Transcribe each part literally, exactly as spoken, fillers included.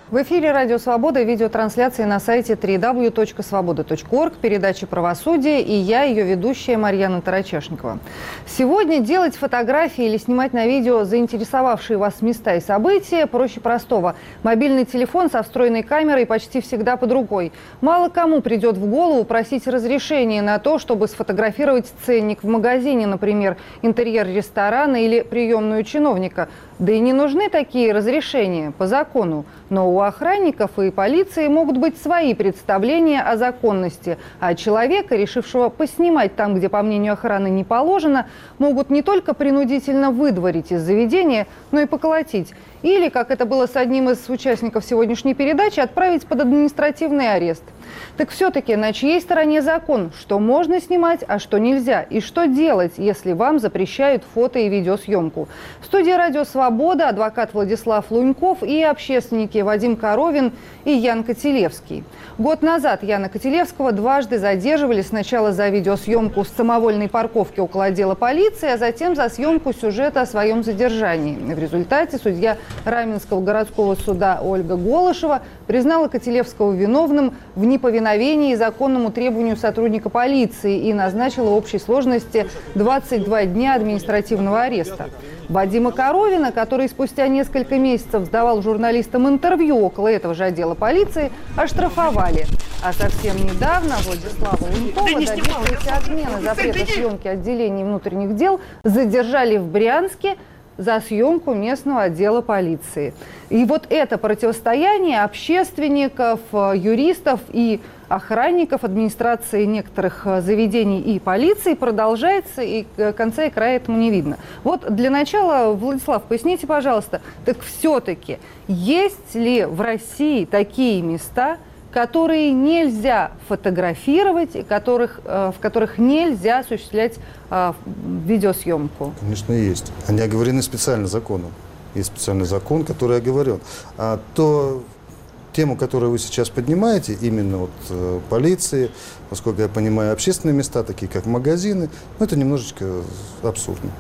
В эфире «Радио Свобода», видеотрансляции на сайте дабл ю дабл ю дабл ю точка свобода точка орг, передача «Правосудие», и я, ее ведущая Марьяна Тарачешникова. Сегодня делать фотографии или снимать на видео заинтересовавшие вас места и события проще простого. Мобильный телефон со встроенной камерой почти всегда под рукой. Мало кому придет в голову просить разрешения на то, чтобы сфотографировать ценник в магазине, например, интерьер ресторана или приемную чиновника. Да и не нужны такие разрешения по закону. Но у охранников и полиции могут быть свои представления о законности. А человека, решившего поснимать там, где, по мнению охраны, не положено, могут не только принудительно выдворить из заведения, но и поколотить. Или, как это было с одним из участников сегодняшней передачи, отправить под административный арест. Так все-таки на чьей стороне закон? Что можно снимать, а что нельзя? И что делать, если вам запрещают фото- и видеосъемку? В студии «Радио Свобода» адвокат Владислав Луньков и общественники Вадим Коровин и Ян Котелевский. Год назад Яна Котелевского дважды задерживали сначала за видеосъемку с самовольной парковки около отдела полиции, а затем за съемку сюжета о своем задержании. В результате судья Раменского городского суда Ольга Голышева признала Котелевского виновным в неповиновении законному требованию сотрудника полиции и назначила в общей сложности двадцать два дня административного ареста. Вадима Коровина, который спустя несколько месяцев сдавал журналистам интервью около этого же отдела полиции, оштрафовали. А совсем недавно Владислава Лунькова, добившегося отмены запрета съемки отделений внутренних дел, задержали в Брянске за съемку местного отдела полиции. И вот это противостояние общественников, юристов и охранников администрации некоторых заведений и полиции продолжается, и конца и края этому не видно. Вот для начала, Владислав, поясните, пожалуйста, так все-таки есть ли в России такие места, которые нельзя фотографировать, и которых, в которых нельзя осуществлять а, видеосъемку? Конечно, есть. Они оговорены специально законом. Есть специальный закон, который оговорен. А то тему, которую вы сейчас поднимаете, именно вот э, полиции, поскольку я понимаю общественные места, такие как магазины, ну, это немножечко абсурдно.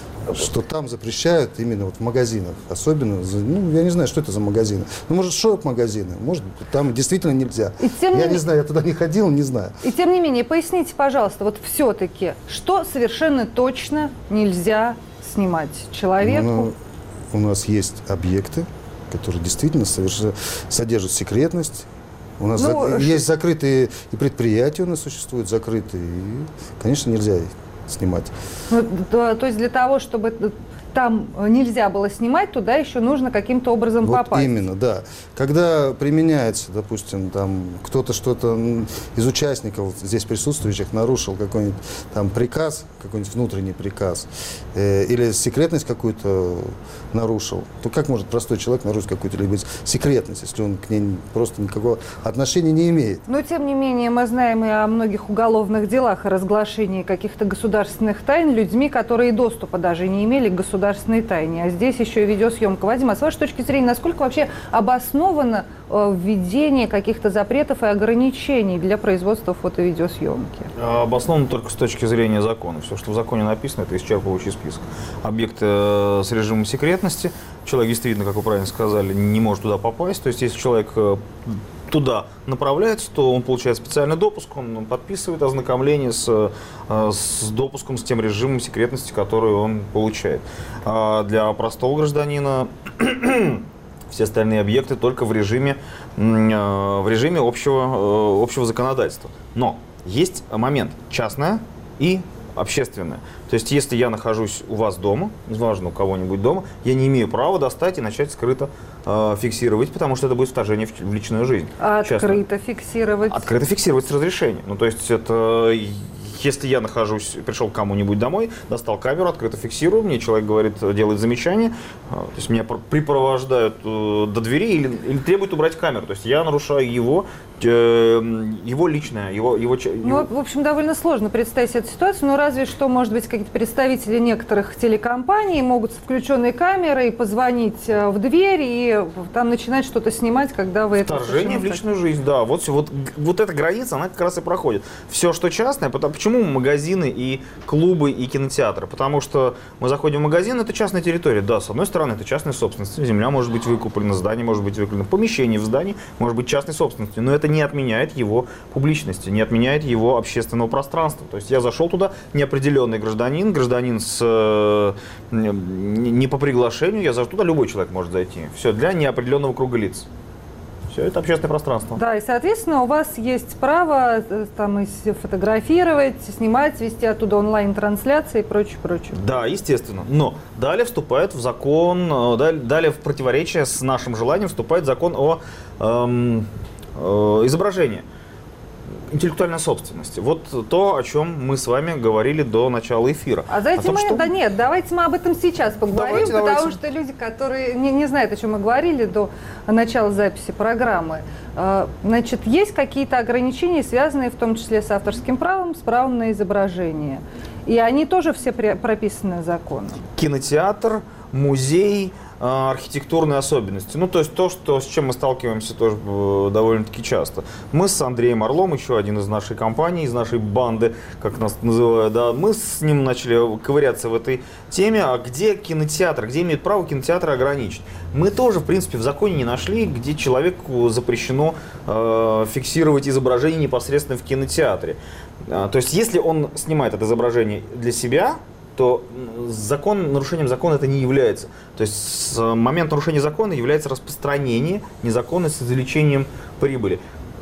Что там запрещают именно вот в магазинах. Особенно, ну, я не знаю, что это за магазины. Ну, может, шоп-магазины, может, там действительно нельзя. Я не, не знаю, я туда не ходил, не знаю. И тем не менее, поясните, пожалуйста, вот все-таки, что совершенно точно нельзя снимать человеку? Ну, у нас есть объекты, которые действительно соверш... содержат секретность. У нас ну, за... есть закрытые и предприятия у нас существуют, закрытые. И, конечно, нельзя их снимать. Ну, то, то есть для того, чтобы там нельзя было снимать, туда еще нужно каким-то образом вот попасть. Именно, да. Когда применяется, допустим, там кто-то что-то из участников здесь присутствующих нарушил какой-нибудь там приказ, какой-нибудь внутренний приказ, э, или секретность какую-то нарушил, то как может простой человек нарушить какую-то либо секретность, если он к ней просто никакого отношения не имеет? Но, тем не менее, мы знаем и о многих уголовных делах, о разглашении каких-то государственных тайн людьми, которые доступа даже не имели к государственной государственной тайне. А здесь еще и видеосъемка. Вадим, а с вашей точки зрения, насколько вообще обосновано э, введение каких-то запретов и ограничений для производства фото- и видеосъемки? Обосновано только с точки зрения закона. Все, что в законе написано, это исчерпывающий список. Объекты э, с режимом секретности. Человек действительно, как вы правильно сказали, не может туда попасть. То есть, если человек э, туда направляется, то он получает специальный допуск, он подписывает ознакомление с, с допуском, с тем режимом секретности, который он получает. А для простого гражданина все остальные объекты только в режиме, в режиме общего, общего законодательства. Но есть момент частное и общественное. То есть, если я нахожусь у вас дома, неважно, у кого-нибудь дома, я не имею права достать и начать скрыто э, фиксировать, потому что это будет вторжение в, в личную жизнь. А открыто фиксировать? Открыто фиксировать с разрешением. Ну, то есть, это... Если я нахожусь, пришел к кому-нибудь домой, достал камеру, открыто фиксирую, мне человек говорит, делает замечание, то есть меня припровождают до двери или, или требуют убрать камеру. То есть я нарушаю его его личное, его... его, ну, его... в общем, довольно сложно представить эту ситуацию, но разве что, может быть, какие-то представители некоторых телекомпаний могут с включенной камерой позвонить в дверь и там начинать что-то снимать, когда вы это... Вторжение в личную жизнь, да. Вот, вот, вот эта граница, она как раз и проходит. Все, что частное, потому, почему магазины и клубы и кинотеатры? Потому что мы заходим в магазин, это частная территория. Да, с одной стороны, это частная собственность. Земля может быть выкуплена, здание может быть выкуплено, помещение в здании может быть частной собственностью, но это не отменяет его публичности, не отменяет его общественного пространства. То есть я зашел туда, неопределенный гражданин, гражданин с, не по приглашению, я зашел туда, любой человек может зайти. Все, для неопределенного круга лиц. Все, это общественное пространство. Да, и, соответственно, у вас есть право там и фотографировать, снимать, вести оттуда онлайн-трансляции и прочее, прочее. Да, естественно. Но далее вступает в закон, далее в противоречие с нашим желанием вступает закон о эм, э, изображении. Интеллектуальной собственности. Вот то, о чем мы с вами говорили до начала эфира. А знаете, том, мы, что... да нет, давайте мы об этом сейчас поговорим, давайте, потому давайте. что люди, которые не, не знают, о чем мы говорили до начала записи программы, значит, есть какие-то ограничения, связанные в том числе с авторским правом, с правом на изображение. И они тоже все прописаны законом. Кинотеатр, музей, архитектурные особенности. Ну, то есть то, что, с чем мы сталкиваемся тоже довольно-таки часто. Мы с Андреем Орлом, еще один из нашей компании, из нашей банды, как нас называют, да, мы с ним начали ковыряться в этой теме, а где кинотеатр, где имеет право кинотеатр ограничить. Мы тоже, в принципе, в законе не нашли, где человеку запрещено э, фиксировать изображение непосредственно в кинотеатре. А, то есть, если он снимает это изображение для себя, то закон, нарушением закона это не является. То есть момент нарушения закона является распространение незаконно с извлечением прибыли.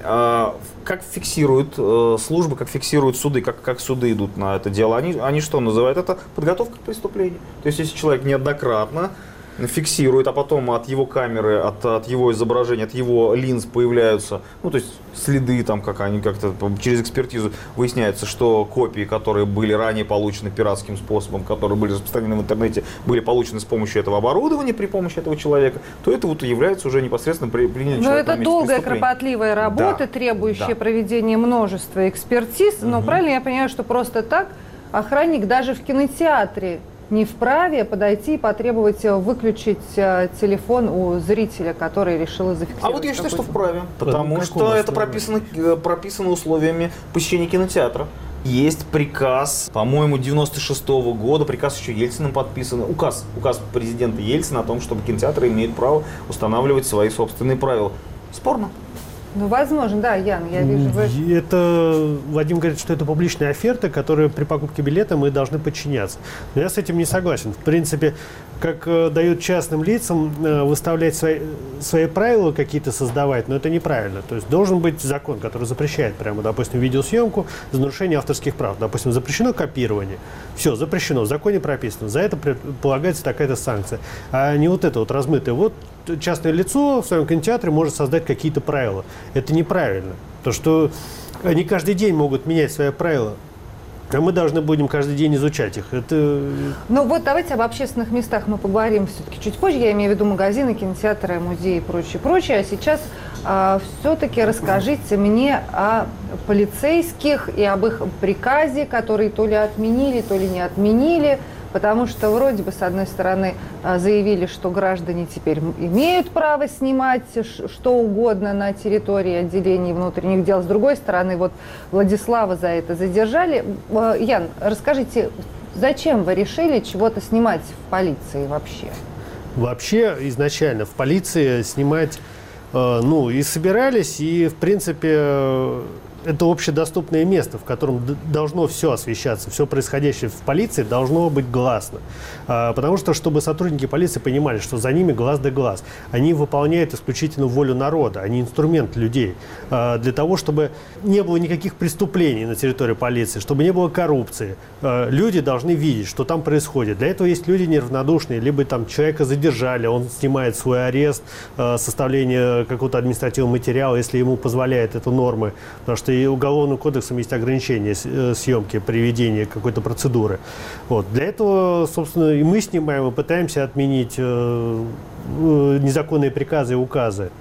Как фиксируют службы, как фиксируют суды, как, как суды идут на это дело, они, они что называют? Это подготовка к преступлению. То есть если человек неоднократно фиксирует, а потом от его камеры, от, от его изображения, от его линз появляются, ну, то есть следы, там, как они как-то через экспертизу выясняется, что копии, которые были ранее получены пиратским способом, которые были распространены в интернете, были получены с помощью этого оборудования, при помощи этого человека, то это вот является уже непосредственно принятием человека. Но это долгая, кропотливая работа, да, требующая да. проведения множества экспертиз, угу. но правильно я понимаю, что просто так охранник даже в кинотеатре не вправе подойти и потребовать выключить э, телефон у зрителя, который решил зафиксировать. А вот я считаю, что вправе, потому ну, что это прописано, прописано условиями посещения кинотеатра. Есть приказ, по-моему, девяносто шестого года, приказ еще Ельциным подписан, указ, указ президента Ельцина о том, чтобы кинотеатры имеют право устанавливать свои собственные правила. Спорно? Ну, возможно, да, Ян, я вижу... Вы... Это, Вадим говорит, что это публичная оферта, которой при покупке билета мы должны подчиняться. Но я с этим не согласен. В принципе, как э, дают частным лицам э, выставлять свои, свои правила какие-то создавать, но это неправильно. То есть должен быть закон, который запрещает прямо, допустим, видеосъемку за нарушение авторских прав. Допустим, запрещено копирование. Все, запрещено, в законе прописано. За это полагается такая-то санкция. А не вот это вот размытое. Вот частное лицо в своем кинотеатре может создать какие-то правила. Это неправильно. То, что они каждый день могут менять свои правила, а мы должны будем каждый день изучать их. Это... Ну вот давайте об общественных местах мы поговорим все-таки чуть позже. Я имею в виду магазины, кинотеатры, музеи и прочее, прочее. А сейчас а, все-таки расскажите мне о полицейских и об их приказе, который то ли отменили, то ли не отменили. Потому что вроде бы, с одной стороны, заявили, что граждане теперь имеют право снимать что угодно на территории отделений внутренних дел. С другой стороны, вот Владислава за это задержали. Ян, расскажите, зачем вы решили чего-то снимать в полиции вообще? Вообще, изначально в полиции снимать, э, ну, и собирались, и, в принципе... Это общедоступное место, в котором должно все освещаться, все происходящее в полиции должно быть гласно. А, потому что, чтобы сотрудники полиции понимали, что за ними глаз да глаз, они выполняют исключительно волю народа, они инструмент людей. А, для того, чтобы не было никаких преступлений на территории полиции, чтобы не было коррупции, а, люди должны видеть, что там происходит. Для этого есть люди неравнодушные, либо там человека задержали, он снимает свой арест, а, составление какого-то административного материала, если ему позволяет это нормы, потому что и Уголовным кодексом есть ограничения съемки при ведении какой-то процедуры. Вот. Для этого, собственно, и мы снимаем, и пытаемся отменить э, незаконные приказы и указы. То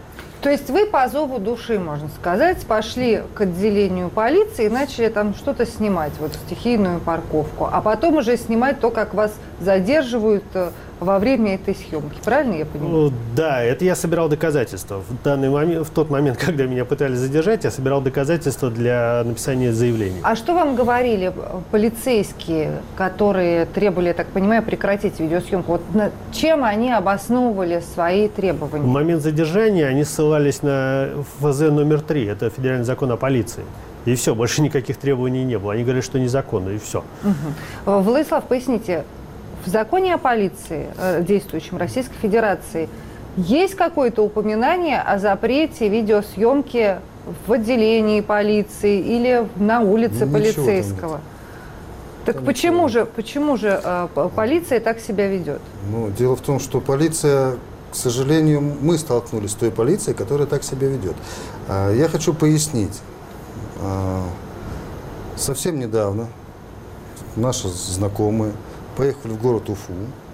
То есть вы по зову души, можно сказать, пошли к отделению полиции и начали там что-то снимать, вот стихийную парковку, а потом уже снимать то, как вас задерживают во время этой съемки. Правильно я понимаю? Да, это я собирал доказательства. В данный момент, в тот момент, когда меня пытались задержать, я собирал доказательства для написания заявления. А что вам говорили полицейские, которые требовали, я так понимаю, прекратить видеосъемку? Вот на чем они обосновывали свои требования? В момент задержания они ссылались на эф зэ номер три, это федеральный закон о полиции. И все, больше никаких требований не было. Они говорят, что незаконно, и все. Угу. Владислав, поясните, в законе о полиции, действующем Российской Федерации, есть какое-то упоминание о запрете видеосъемки в отделении полиции или на улице Ничего полицейского? Так Там почему ничего. же, почему же э, полиция так себя ведет? Ну, дело в том, что полиция, к сожалению, мы столкнулись с той полицией, которая так себя ведет. А, я хочу пояснить. А, совсем недавно наши знакомые поехали в город Уфу,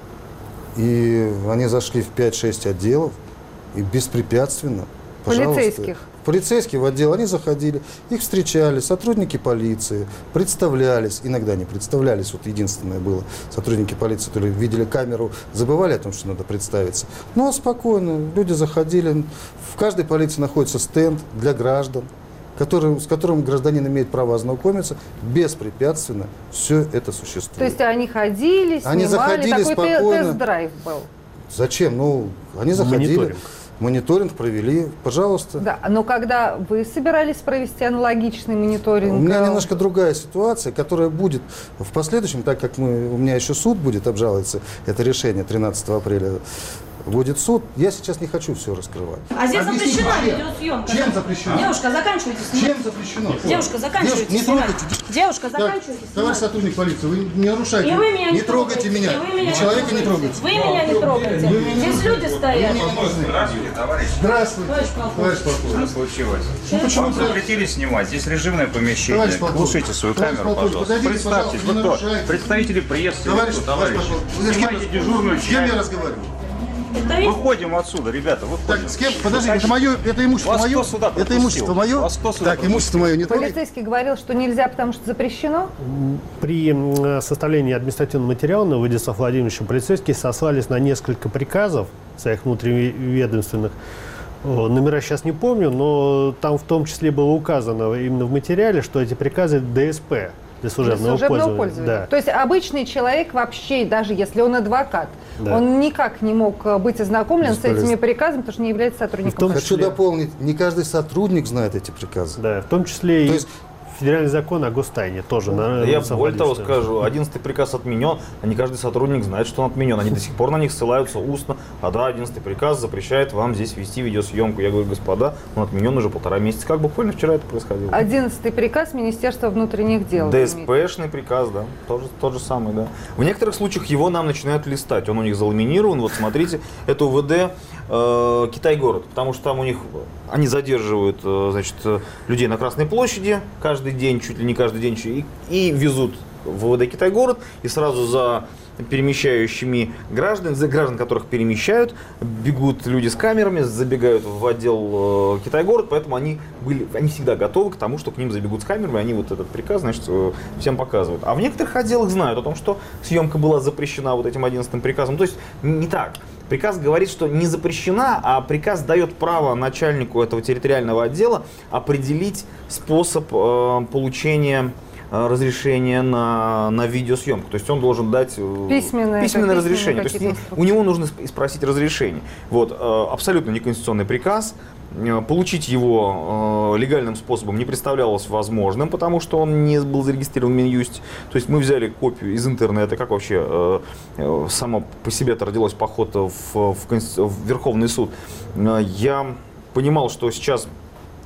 и они зашли в пять-шесть отделов и беспрепятственно, Полицейских? Полицейские в отдел, они заходили, их встречали сотрудники полиции, представлялись, иногда не представлялись, вот единственное было, сотрудники полиции, которые видели камеру, забывали о том, что надо представиться. Ну, а спокойно, люди заходили, в каждой полиции находится стенд для граждан, который, с которым гражданин имеет право ознакомиться, беспрепятственно все это существует. То есть они ходили, снимали, Они заходили такой спокойно. тест-драйв был? Зачем? Ну, они заходили, Мониторинг. мониторинг провели, пожалуйста. Да, но когда вы собирались провести аналогичный мониторинг? У меня э, немножко другая ситуация, которая будет в последующем, так как мы, у меня еще суд будет обжаловаться, это решение тринадцатого апреля, будет суд, я сейчас не хочу все раскрывать. А здесь Объясните, запрещена Мария, видеосъемка. чем запрещено? Девушка, заканчивайте снимать. Чем запрещено? Девушка, заканчивайте Девушка, не снимать. трогайте. Девушка, Так, заканчивайте товарищ снимать. сотрудник полиции, вы не нарушайте. И вы меня не, не трогайте меня. И вы меня И человека не трогайте. Вы меня не трогайте. Здесь люди стоят. Здравствуйте, товарищ. Здравствуйте, Товарищ полковник. товарищ полковник. Что случилось? Ну, почему Вам вы- запретили снимать. Здесь режимное помещение. Товарищ полковник, Глушите свою товарищ камеру, полковник, пожалуйста. подойдите, Представьтесь, пожалуйста, вы не кто? нарушайте. Представители прессы. Товарищ, вы кто, товарищ товарищ? полковник, вы с кем- Снимайте дежурную С кем я часть. разговариваю? Это весь- Выходим отсюда, ребята, выходим. Так, с кем? Подожди, это мое, это имущество Вас мое? кто сюда Это пропустил? имущество мое? Вас кто сюда Так, имущество мое не трогайте. Полицейский говорил, что нельзя, потому что запрещено? При м, составлении административного материала на Владислава Владимировича полицейские сослались на несколько приказов своих внутриведомственных. О, номера сейчас не помню, но там в том числе было указано именно в материале, что эти приказы дэ эс пэ, для служебного, Для служебного пользования. пользования. Да. То есть обычный человек вообще, даже если он адвокат, Да. он никак не мог э, быть ознакомлен с Бесполезно. этими приказами, потому что не является сотрудником. В том полиции. Хочу числе. дополнить, не каждый сотрудник знает эти приказы. Да, в том числе То и есть- федеральный закон о гостайне тоже. на- Я на более того совпадение. скажу, одиннадцатый приказ отменен, а не каждый сотрудник знает, что он отменен. Они до сих пор на них ссылаются устно. А да, одиннадцатый приказ запрещает вам здесь вести видеосъемку. Я говорю, господа, он отменен уже полтора месяца. Как буквально вчера это происходило. Одиннадцатый приказ Министерства внутренних дел. дэ эс пэ-шный приказ, да, тоже, тот же самый, да. В некоторых случаях его нам начинают листать, он у них заламинирован, вот смотрите, это УВД э, Китай-город, потому что там у них, они задерживают, э, значит, э, людей на Красной площади каждый день, чуть ли не каждый день, и, и везут в УВД Китай-город, и сразу за перемещающими граждан, за граждан, которых перемещают, бегут люди с камерами, забегают в отдел э, Китай-город, поэтому они были, они всегда готовы к тому, что к ним забегут с камерами, они вот этот приказ, значит, э, всем показывают. А в некоторых отделах знают о том, что съемка была запрещена вот этим одиннадцатым приказом. То есть не так. Приказ говорит, что не запрещена, а приказ дает право начальнику этого территориального отдела определить способ э, получения э, разрешения на, на видеосъемку. То есть он должен дать э, Письменное, письменное да, разрешение. То письменные есть какие-то у него нужно сп- спросить разрешение. Вот, э, абсолютно неконституционный приказ. Э, Получить его э, легальным способом не представлялось возможным, потому что он не был зарегистрирован в Минюсте. То есть мы взяли копию из интернета, как вообще э, э, само по себе это родилось поход в, в, Конститу- в Верховный суд. Э, я понимал, что сейчас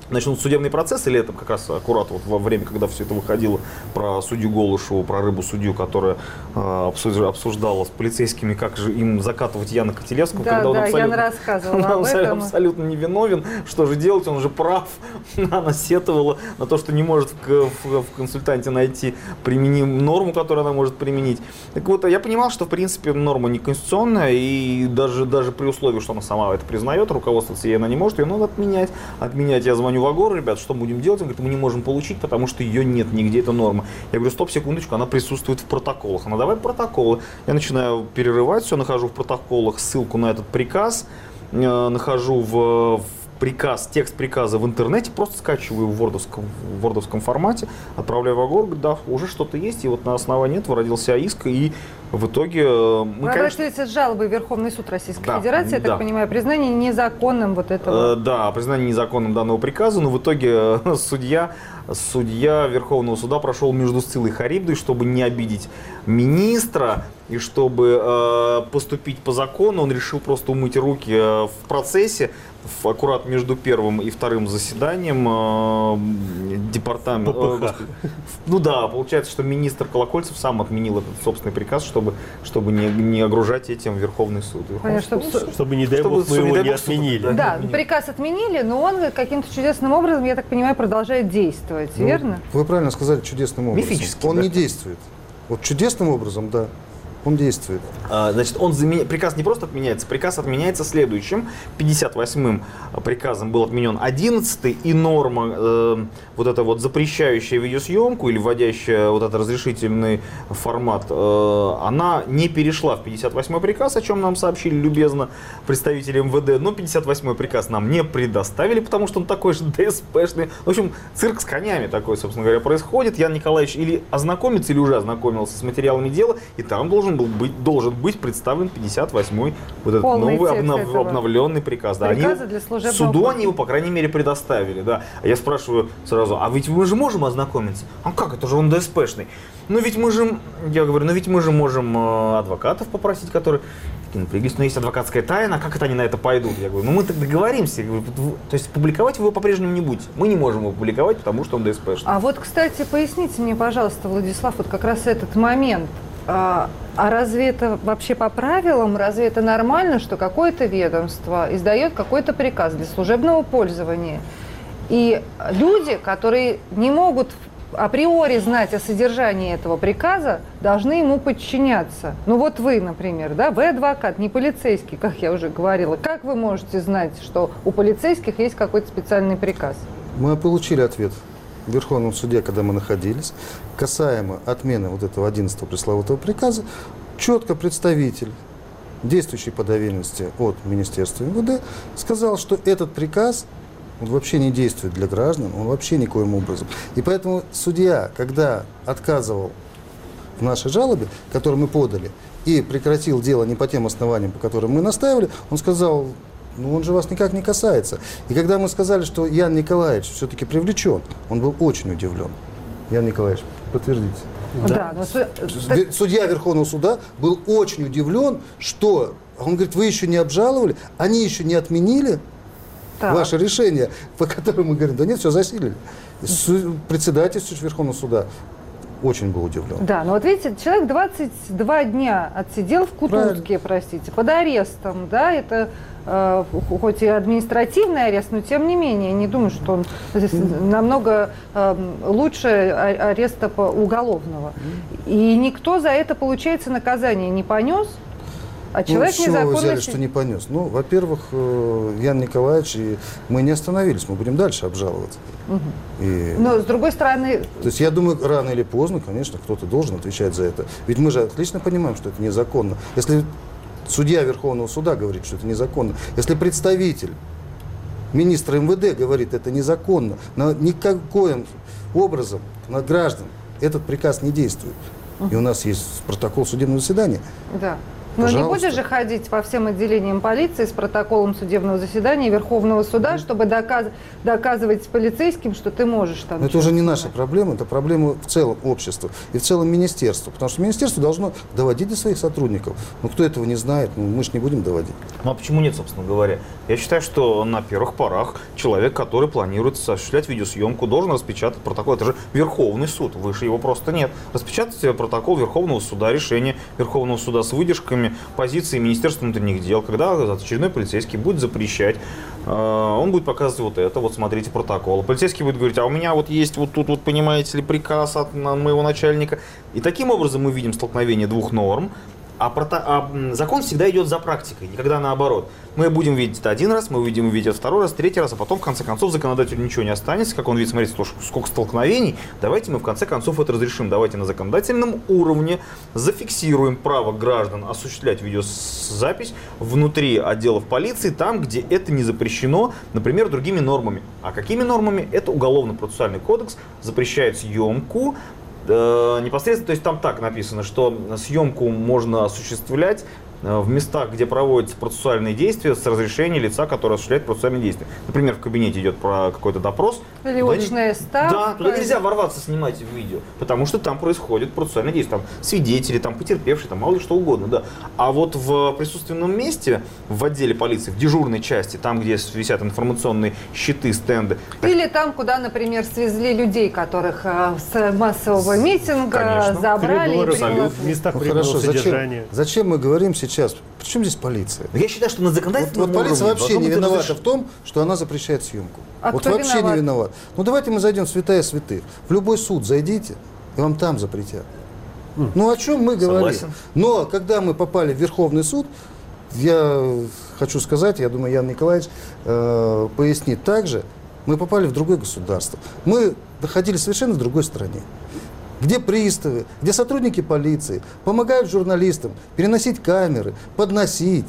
начнут судебный процесс, или это как раз аккурат вот во время, когда все это выходило про судью Голышеву, про рыбу-судью, которая э, обсуждала с полицейскими, как же им закатывать Яна Котелевского, Да, когда он да, абсолютно, Яна рассказывала он об этом. абсолютно невиновен, что же делать, он же прав, она сетовала на то, что не может в, в, в консультанте найти применим, норму, которую она может применить. Так вот, я понимал, что в принципе норма неконституционная, и даже, даже при условии, что она сама это признает, руководствоваться ей она не может, ее надо отменять. Отменять я звоню в АГОР, ребят, что будем делать? Он говорит, мы не можем получить, потому что ее нет нигде, это норма. Я говорю, стоп, секундочку, она присутствует в протоколах. Она, давай протоколы. Я начинаю перерывать все, нахожу в протоколах ссылку на этот приказ, э, нахожу в, в приказ, текст приказа в интернете, просто скачиваю в вордовском, в вордовском формате, отправляю в АГОР, говорю, да, уже что-то есть, и вот на основании этого родился иск, и в итоге мы, Вы конечно... обращаетесь с жалобой в Верховный суд Российской Да, Федерации, я да. так понимаю, признание незаконным вот этого. Э, да, признание незаконным данного приказа, но в итоге э, судья, судья Верховного суда прошел между Сциллой и Харибдой, чтобы не обидеть министра и чтобы э, поступить по закону, он решил просто умыть руки э, в процессе, в, аккурат между первым и вторым заседанием э, департамент. Э, ну да, получается, что министр Колокольцев сам отменил этот собственный приказ, чтобы, чтобы не, не огружать этим Верховный суд. Понятно, чтобы, Чтобы, не дай Чтобы бог, мы суд, не его дай не бог, суд, отменили. да. Да, отменили. приказ отменили, но он каким-то чудесным образом, я так понимаю, продолжает действовать, Ну, верно? Вы правильно сказали, чудесным образом. Мифически, Он да. не действует. Вот чудесным образом, да, он действует. А, Значит, он заменя... приказ не просто отменяется, приказ отменяется следующим. пятьдесят восьмым приказом был отменен одиннадцатый, и норма, э, вот эта вот запрещающая видеосъемку или вводящая вот этот разрешительный формат, э, она не перешла в пятьдесят восьмой приказ, о чем нам сообщили любезно представители МВД, но пятьдесят восьмой приказ нам не предоставили, потому что он такой же ДСПшный. В общем, цирк с конями такой, собственно говоря, происходит. Ян Николаевич или ознакомится, или уже ознакомился с материалами дела, и там должен был быть, должен быть представлен пятьдесят восьмой вот этот Полный новый текст обнов- этого обновленный приказ. Да, приказа они, для служебного суду пользования. они его, по крайней мере, предоставили. Да. А я спрашиваю сразу, а ведь мы же можем ознакомиться? А как, это же он ДСПшный. Ну ведь мы же, я говорю, ну ведь мы же можем э, адвокатов попросить, которые такие напряглись, но есть адвокатская тайна, а как это они на это пойдут? Я говорю, ну мы так договоримся. Я говорю, то есть публиковать вы его по-прежнему не будете. Мы не можем его публиковать, потому что он ДСПшный. А вот, кстати, поясните мне, пожалуйста, Владислав, вот как раз этот момент. А, а разве это вообще по правилам, разве это нормально, что какое-то ведомство издает какой-то приказ для служебного пользования, и люди, которые не могут априори знать о содержании этого приказа, должны ему подчиняться? Ну вот вы, например, да, вы адвокат, не полицейский, как я уже говорила. Как вы можете знать, что у полицейских есть какой-то специальный приказ? Мы получили ответ в Верховном суде, когда мы находились, касаемо отмены вот этого одиннадцатого пресловутого приказа, четко представитель, действующий по доверенности от Министерства МВД, сказал, что этот приказ он вообще не действует для граждан, он вообще никоим образом. И поэтому судья, когда отказывал в нашей жалобе, которую мы подали, и прекратил дело не по тем основаниям, по которым мы настаивали, он сказал, ну он же вас никак не касается. И когда мы сказали, что Ян Николаевич все-таки привлечен, он был очень удивлен. Ян Николаевич, подтвердите. Да, но су- так- Судья Верховного суда был очень удивлен, что, он говорит, вы еще не обжаловали, они еще не отменили так. ваше решение, по которому мы говорим, да нет, все засилили. Су- Председатель Верховного суда очень был удивлен. Да, но вот видите, человек двадцать два дня отсидел в Кутузке, простите, под арестом, да, это э, хоть и административный арест, но тем не менее, я не думаю, что он здесь намного э, лучше а- ареста по- уголовного. И никто за это, получается, наказание не понес, а человек ну, с чего вы незаконно... взяли, си- что не понес? Ну, во-первых, э, Ян Николаевич, и мы не остановились, мы будем дальше обжаловаться. И- Но, с другой стороны, То есть я думаю, рано или поздно, конечно, кто-то должен отвечать за это. Ведь мы же отлично понимаем, что это незаконно. Если судья Верховного суда говорит, что это незаконно, если представитель министра МВД говорит, это незаконно, на никаким образом на граждан этот приказ не действует. И у нас есть протокол судебного заседания. да. Но не Пожалуйста. будешь же ходить по всем отделениям полиции с протоколом судебного заседания Верховного суда, чтобы доказ... доказывать полицейским, что ты можешь там... Но это уже не наша проблема, это проблема в целом общества и в целом министерства. Потому что министерство должно доводить до своих сотрудников. Но кто этого не знает, ну, мы же не будем доводить. Ну а почему нет, собственно говоря? Я считаю, что на первых порах человек, который планирует осуществлять видеосъемку, должен распечатать протокол. Это же Верховный суд, выше его просто нет. Распечатать протокол Верховного суда, решение Верховного суда с выдержками позиции Министерства внутренних дел, когда очередной полицейский будет запрещать, э, он будет показывать вот это, вот смотрите протокол. Полицейский будет говорить, а у меня вот есть вот тут, вот понимаете ли, приказ от моего начальника. И таким образом мы видим столкновение двух норм. А, прото... а закон всегда идет за практикой, никогда наоборот. Мы будем видеть это один раз, мы будем увидеть это второй раз, третий раз, а потом, в конце концов, законодателю ничего не останется. Как он видит, смотрите, сколько столкновений, давайте мы, в конце концов, это разрешим. Давайте на законодательном уровне зафиксируем право граждан осуществлять видеозапись внутри отделов полиции, там, где это не запрещено, например, другими нормами. А какими нормами? Это Уголовно-процессуальный кодекс запрещает съемку, непосредственно, то есть там так написано, что съемку можно осуществлять в местах, где проводятся процессуальные действия с разрешения лица, которое осуществляет процессуальные действия. Например, в кабинете идет про какой-то допрос. Или очная ставка. Да, туда нельзя ворваться, снимать видео, потому что там происходит процессуальные действия. Там свидетели, там потерпевшие, там мало ли что угодно. Да. А вот в присутственном месте, в отделе полиции, в дежурной части, там, где висят информационные щиты, стенды. Или там, куда, например, свезли людей, которых э, с массового митинга Конечно. забрали. Коридоры, И привели. в местах Ну временного хорошо, зачем, содержания. зачем мы говорим сейчас? Причем здесь полиция? Я считаю, что на Вот, законодательном вот полиция уровне вообще должно не быть виновата разреш- в том, что она запрещает съемку. А вот кто вообще виноват? не виноват. Ну давайте мы зайдем в святая святых. В любой суд зайдите, и вам там запретят. Ну о чем мы говорим? Согласен. Но когда мы попали в Верховный суд, я хочу сказать, я думаю, Ян Николаевич э, пояснит также, мы попали в другое государство. Мы находились совершенно в другой стране, где приставы, где сотрудники полиции помогают журналистам переносить камеры, подносить.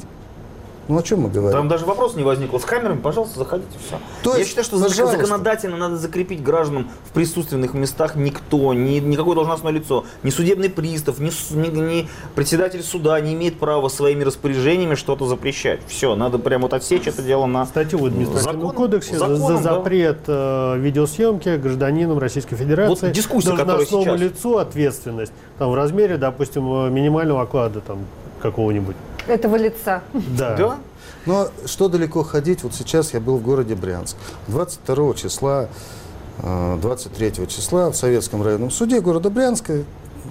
Ну о чем мы говорим? Там даже вопрос не возникло. С камерами, пожалуйста, заходите, все. То Я есть, считаю, что пожалуйста. законодательно надо закрепить гражданам в присутственных местах никто, ни, никакое должностное лицо, ни судебный пристав, ни, с- ни- ни председатель суда не имеет права своими распоряжениями что-то запрещать. Все, надо прямо вот отсечь это дело на... Статью в административном Законом, кодексе за- законом, за да. запрет э, видеосъемки гражданином Российской Федерации. Вот дискуссия, которая должностному сейчас. лицу ответственность там, в размере, допустим, э, минимального оклада там, какого-нибудь. Этого лица. Да. Да? Но что далеко ходить? Вот сейчас я был в городе Брянск. двадцать второго числа, э, двадцать третьего числа в Советском районном суде города Брянска,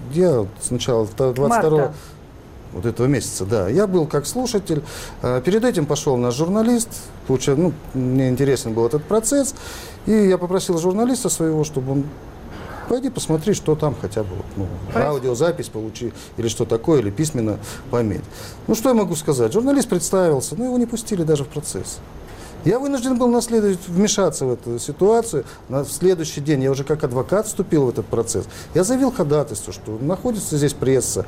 я сначала двадцать второго Марта. вот этого месяца, да, я был как слушатель. Э, Перед этим пошел наш журналист, получа- ну, мне интересен был этот процесс, и я попросил журналиста своего, чтобы он пойди посмотри, что там хотя бы, вот, ну, аудиозапись получи, или что такое, или письменно пометь. Ну, что я могу сказать? Журналист представился, но его не пустили даже в процесс. Я вынужден был на следующий- вмешаться в эту ситуацию. На, в следующий день я уже как адвокат вступил в этот процесс. Я заявил ходатайство, что находится здесь пресса.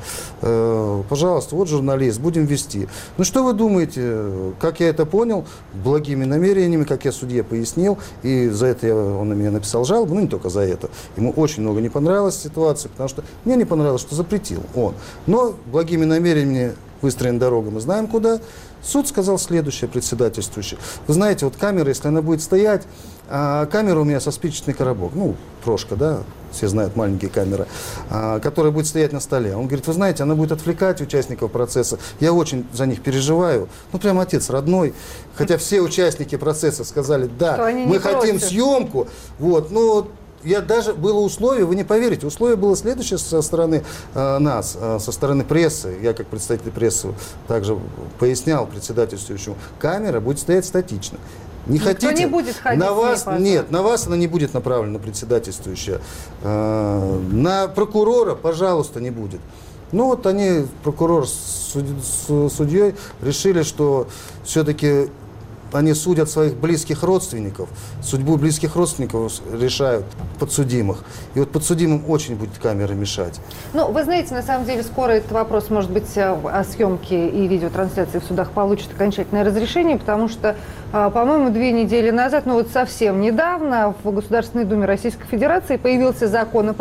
Э, пожалуйста, вот журналист, будем вести. Ну что вы думаете, как я это понял, благими намерениями, как я судье пояснил, и за это я, он на меня написал жалобу, ну не только за это. Ему очень много не понравилась ситуация, потому что мне не понравилось, что запретил он. Но благими намерениями выстроена дорога, мы знаем куда. Суд сказал следующее, председательствующий. Вы знаете, вот камера, если она будет стоять, а камера у меня со спичечный коробок, ну, прошка, да, все знают, маленькие камеры, а, которая будет стоять на столе. Он говорит, вы знаете, она будет отвлекать участников процесса. Я очень за них переживаю. Ну, прям отец родной. Хотя все участники процесса сказали, Что да, они мы не хотим против. съемку. Вот, но я даже, было условие, вы не поверите, условие было следующее со стороны э, нас, э, со стороны прессы. Я как представитель прессы также пояснял председательствующему, камера будет стоять статично. Не Никто хотите? не будет ходить на с ней, вас пожалуйста. нет, на вас она не будет направлена, председательствующая. Э, на прокурора, пожалуйста, не будет. Ну вот они, прокурор с суд- с судьей, решили, что все-таки они судят своих близких родственников, судьбу близких родственников решают подсудимых. И вот подсудимым очень будет камера мешать. Ну, вы знаете, на самом деле, скоро этот вопрос, может быть, о съемке и видеотрансляции в судах получит окончательное разрешение, потому что, а, по-моему, две недели назад, ну вот совсем недавно, в Государственной Думе Российской Федерации появился законопроект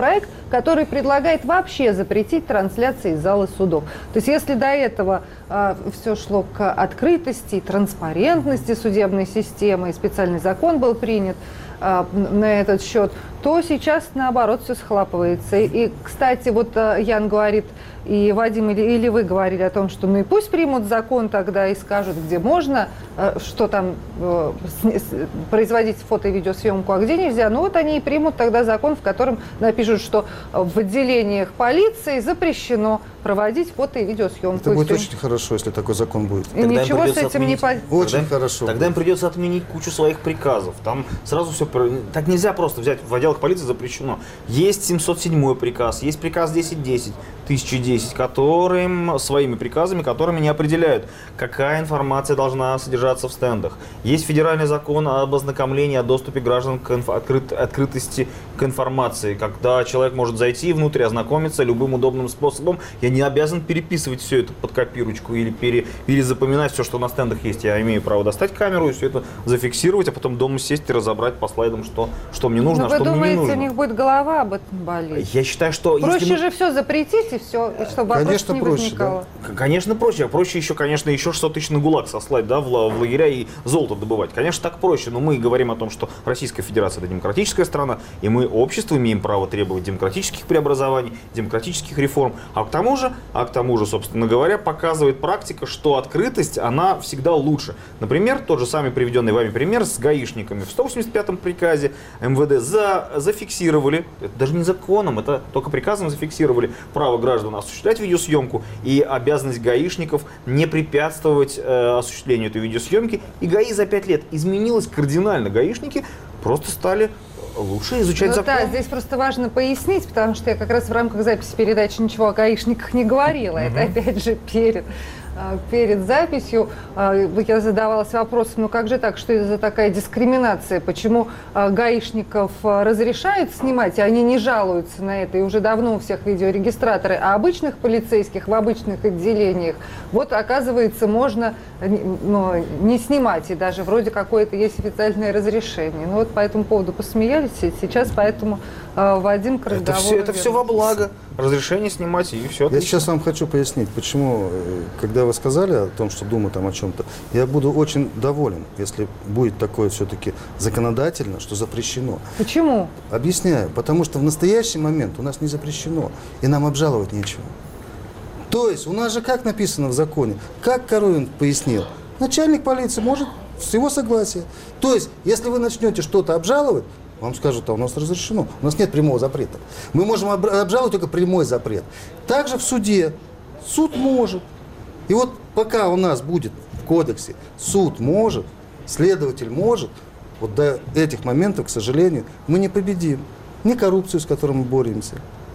который предлагает вообще запретить трансляции из зала судов. То есть если до этого э, все шло к открытости и транспарентности судебной системы, и специальный закон был принят э, на этот счет, то сейчас, наоборот, все схлапывается. И, и кстати, вот э, Ян говорит, и Вадим или, или вы говорили о том, что ну и пусть примут закон тогда и скажут, где можно, э, что там э, с, с, производить фото- и видеосъемку, а где нельзя. Ну вот они и примут тогда закон, в котором напишут, что в отделениях полиции запрещено проводить фото- и видеосъемку. Это и будет все. очень хорошо, если такой закон будет. И Тогда им ничего с придется этим не отменить. по... Очень Тогда им- хорошо. Тогда им придется отменить кучу своих приказов. Там сразу все... Так нельзя просто взять, в отделах полиции запрещено. Есть семьсот седьмой приказ, есть приказ тысяча десять, тысяча десять, которым, своими приказами, которыми не определяют, какая информация должна содержаться в стендах. Есть федеральный закон об ознакомлении, о доступе граждан к инф... открыт... открытости к информации, когда человек может зайти внутрь, ознакомиться любым удобным способом. Я не обязан переписывать все это под копирочку или пере... перезапоминать все, что на стендах есть. Я имею право достать камеру и все это зафиксировать, а потом дома сесть и разобрать по слайдам, что, что мне нужно, Но а вы что мне не думаете, нужно. у них будет голова об этом болеть? Я считаю, что... Проще если мы... же все запретить и все, и чтобы вопросов Конечно, не проще, возникало. К- Конечно, проще. А проще еще, конечно, еще шестьсот тысяч на ГУЛАГ сослать, да, в, ла- в лагеря и золото добывать. Конечно, так проще. Но мы говорим о том, что Российская Федерация – это демократическая страна, и мы, общество, имеем право требовать демократических преобразований, демократических реформ. А к тому же, а к тому же, собственно говоря, показывает практика, что открытость, она всегда лучше. Например, тот же самый приведенный вами пример с гаишниками. В сто восемьдесят пятом приказе эм вэ дэ за, зафиксировали, это даже не законом, это только приказом зафиксировали право граждан осуществлять видеосъемку и обязанность гаишников не препятствовать э, осуществлению этой видеосъемки. И ГАИ за пять лет изменилось кардинально. Гаишники просто стали лучше изучать Ну закон. да, здесь просто важно пояснить, потому что я как раз в рамках записи передачи ничего о гаишниках не говорила. Это опять же перед, а, перед записью а, я задавалась вопросом, ну как же так, что это за такая дискриминация? Почему а, гаишников а, разрешают снимать, и они не жалуются на это, и уже давно у всех видеорегистраторы, а обычных полицейских в обычных отделениях, вот оказывается, можно ну, не снимать, и даже вроде какое-то есть официальное разрешение. Ну вот по этому поводу посмеялись, и сейчас поэтому э, Вадим к разговору Это все, это все во благо. Разрешение снимать, и все. Я сейчас вам хочу пояснить, почему, э, когда вы сказали о том, что Дума там о чем-то, я буду очень доволен, если будет такое все-таки законодательно, что запрещено. Почему? Объясняю. Потому что в настоящий момент у нас не запрещено, и нам обжаловать нечего. То есть у нас же как написано в законе, как Коровин пояснил, начальник полиции может с его согласия. То есть, если вы начнете что-то обжаловать, вам скажут, а у нас разрешено. У нас нет прямого запрета. Мы можем об- обжаловать только прямой запрет. Также в суде суд может. И вот пока у нас будет в кодексе суд может, следователь может, вот до этих моментов, к сожалению, мы не победим ни коррупцию, с которой мы боремся.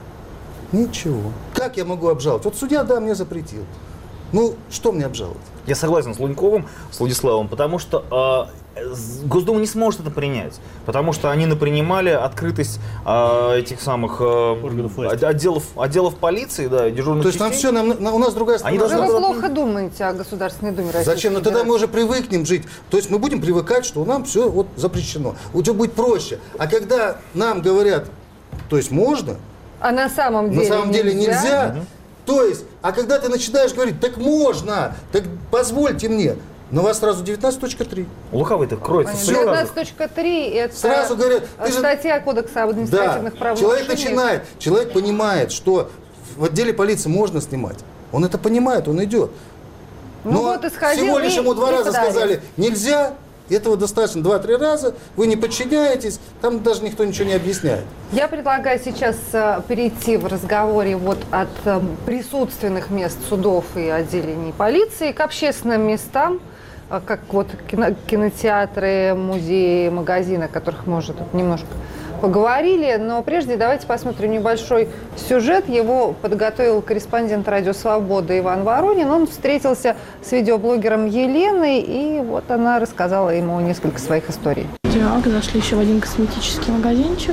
Ничего. Как я могу обжаловать? Вот судья, да, мне запретил. Ну, что мне обжаловать? Я согласен с Луньковым, с Владиславом, потому что э, Госдума не сможет это принять, потому что они напринимали открытость э, этих самых э, Органов власти. отделов, отделов полиции, да, дежурных То есть нам частей. все, нам, на- у нас другая страна. Они должны Вы было- плохо думаете о Государственной Думе Российской Зачем? Ну тогда Федерации. мы уже привыкнем жить. То есть мы будем привыкать, что нам все вот запрещено. У тебя будет проще. А когда нам говорят, то есть можно, А на самом деле на самом деле нельзя? нельзя, то есть, а когда ты начинаешь говорить, так можно, так позвольте мне, на вас сразу девятнадцать точка три. Лукавый-то кроется в приказах. девятнадцать точка три это Сразу говорят, ты же- статья Кодекса об Да, административных человек правонарушениях. начинает, человек понимает, что в отделе полиции можно снимать. Он это понимает, он идет. Ну Но вот и сходил, всего лишь и- ему два и раза подарил. сказали, нельзя, этого достаточно два-три раза, вы не подчиняетесь, там даже никто ничего не объясняет. Я предлагаю сейчас э, перейти в разговоре вот от э, присутственных мест судов и отделений полиции к общественным местам, э, как вот кино- кинотеатры, музеи, магазины, о которых мы уже тут немножко поговорили. Но прежде давайте посмотрим небольшой сюжет. Его подготовил корреспондент «Радио Свобода» Иван Воронин. Он встретился с видеоблогером Еленой, и вот она рассказала ему несколько своих историй. Так, зашли еще в один косметический магазинчик.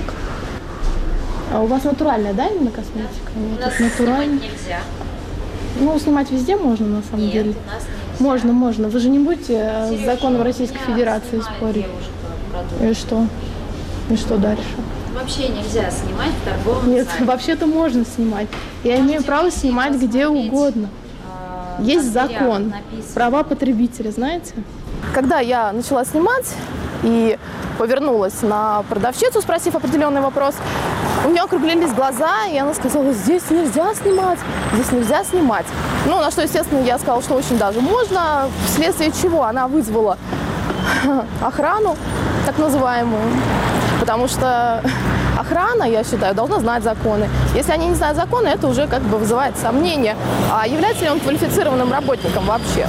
А у вас натуральная, да, именно косметика? У нас натуральная. снимать нельзя. Ну, снимать везде можно, на самом Нет, деле. у нас нельзя. Можно, можно. Вы же не будете э, с законом Российской Меня Федерации снимали спорить. девушку, продукт. И что? И что дальше? вообще нельзя снимать в торговом Нет, зале. вообще-то можно снимать. Я имею право снимать где угодно. Есть закон, права потребителя, знаете? Когда я начала снимать и повернулась на продавщицу, спросив определенный вопрос, у нее округлились глаза, и она сказала: здесь нельзя снимать, здесь нельзя снимать. Ну, на что, естественно, я сказала, что очень даже можно, вследствие чего она вызвала охрану, так называемую, потому что охрана, я считаю, должна знать законы. Если они не знают законы, это уже как бы вызывает сомнения, а является ли он квалифицированным работником вообще.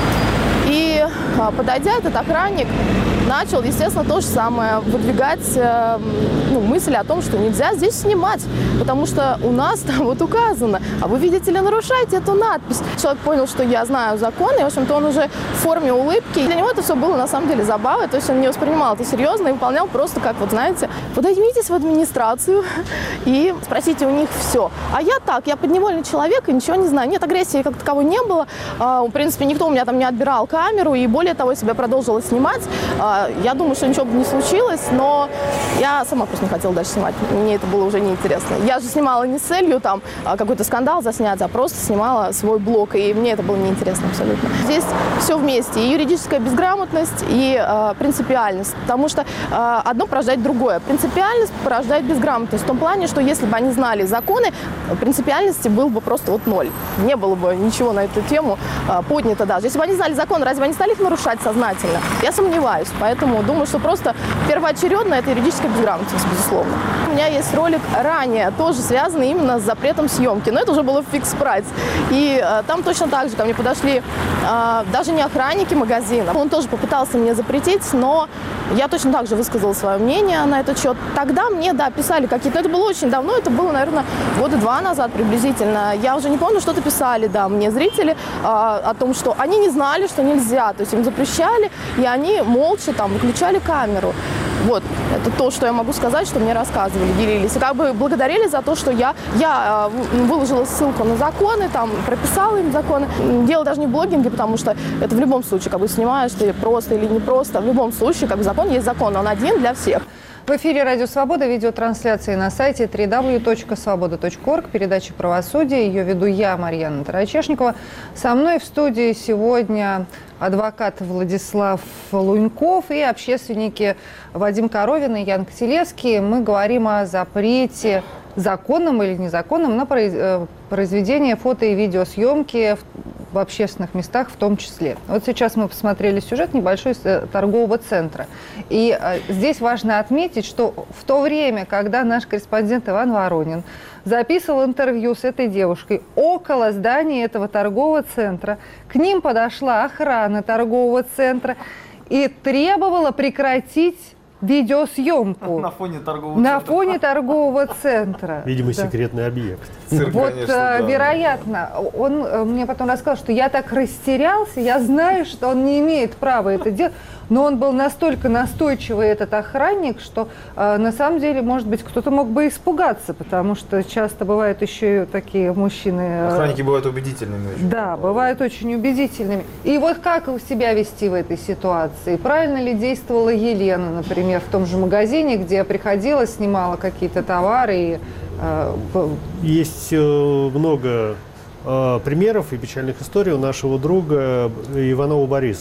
И подойдя, этот охранник начал, естественно, то же самое, выдвигать э, ну, мысль о том, что нельзя здесь снимать, потому что у нас там вот указано, а вы, видите ли, нарушаете эту надпись. Человек понял, что я знаю законы, и, в общем-то, он уже в форме улыбки. Для него это все было, на самом деле, забавой, то есть он не воспринимал это серьезно и выполнял просто, как, вот знаете, подойдитесь в администрацию и спросите у них все. А я так, я подневольный человек и ничего не знаю. Нет, агрессии как таковой не было. А, в принципе, никто у меня там не отбирал камеру, и более того, себя продолжила снимать. А, я думаю, что ничего бы не случилось, но я сама просто не хотела дальше снимать. Мне это было уже неинтересно. Я же снимала не с целью там какой-то скандал заснять, а просто снимала свой блог, и мне это было неинтересно абсолютно. Здесь все вместе, и юридическая безграмотность, и э, принципиальность, потому что э, одно порождает другое. Принципиальность порождает безграмотность в том плане, что если бы они знали законы, принципиальности был бы просто вот ноль. Не было бы ничего на эту тему э, поднято даже. Если бы они знали законы, разве они стали их нарушать сознательно? Я сомневаюсь. Поэтому думаю, что просто первоочередно это юридическая безграмотность, безусловно. У меня есть ролик ранее, тоже связанный именно с запретом съемки, но это уже было в фикс-прайс. И э, там точно так же ко мне подошли э, даже не охранники магазина. Он тоже попытался мне запретить, но я точно так же высказала свое мнение на этот счет. Тогда мне, да, писали какие-то, это было очень давно, это было, наверное, года два назад приблизительно. Я уже не помню, что-то писали, да, мне зрители э, о том, что они не знали, что нельзя, то есть им запрещали, и они молча там выключали камеру. Вот, это то, что я могу сказать, что мне рассказывали, делились. И как бы благодарили за то, что я, я выложила ссылку на законы, там, прописала им законы. Дело даже не в блогинге, потому что это в любом случае, как бы снимаешь ты просто или не просто, в любом случае, как бы закон есть закон, он один для всех. В эфире «Радио Свобода», видеотрансляции на сайте дабл ю дабл ю дабл ю точка свобода точка орг, передача «Правосудие». Ее веду я, Марьяна Тарачешникова. Со мной в студии сегодня адвокат Владислав Луньков и общественники Вадим Коровин и Ян Котелевский. Мы говорим о запрете, законном или незаконном, на произведение фото- и видеосъемки в общественных местах в том числе. Вот сейчас мы посмотрели сюжет небольшой торгового центра. И э, здесь важно отметить, что в то время, когда наш корреспондент Иван Воронин записывал интервью с этой девушкой около здания этого торгового центра, к ним подошла охрана торгового центра и требовала прекратить видеосъемку. На фоне торгового На центра. фоне торгового центра. Видимо, Да. секретный объект. Цирк, Вот, конечно, э, да. вероятно, он э, мне потом рассказал, что я так растерялся, я знаю, что он не имеет права это делать, но он был настолько настойчивый, этот охранник, что э, на самом деле, может быть, кто-то мог бы испугаться, потому что часто бывают еще и такие мужчины... э, Охранники бывают убедительными очень. Да, бывают очень убедительными. И вот как себя вести в этой ситуации? Правильно ли действовала Елена, например, в том же магазине, где приходила, снимала какие-то товары и... э, Есть э, много э, примеров и печальных историй у нашего друга Иванова Бориса.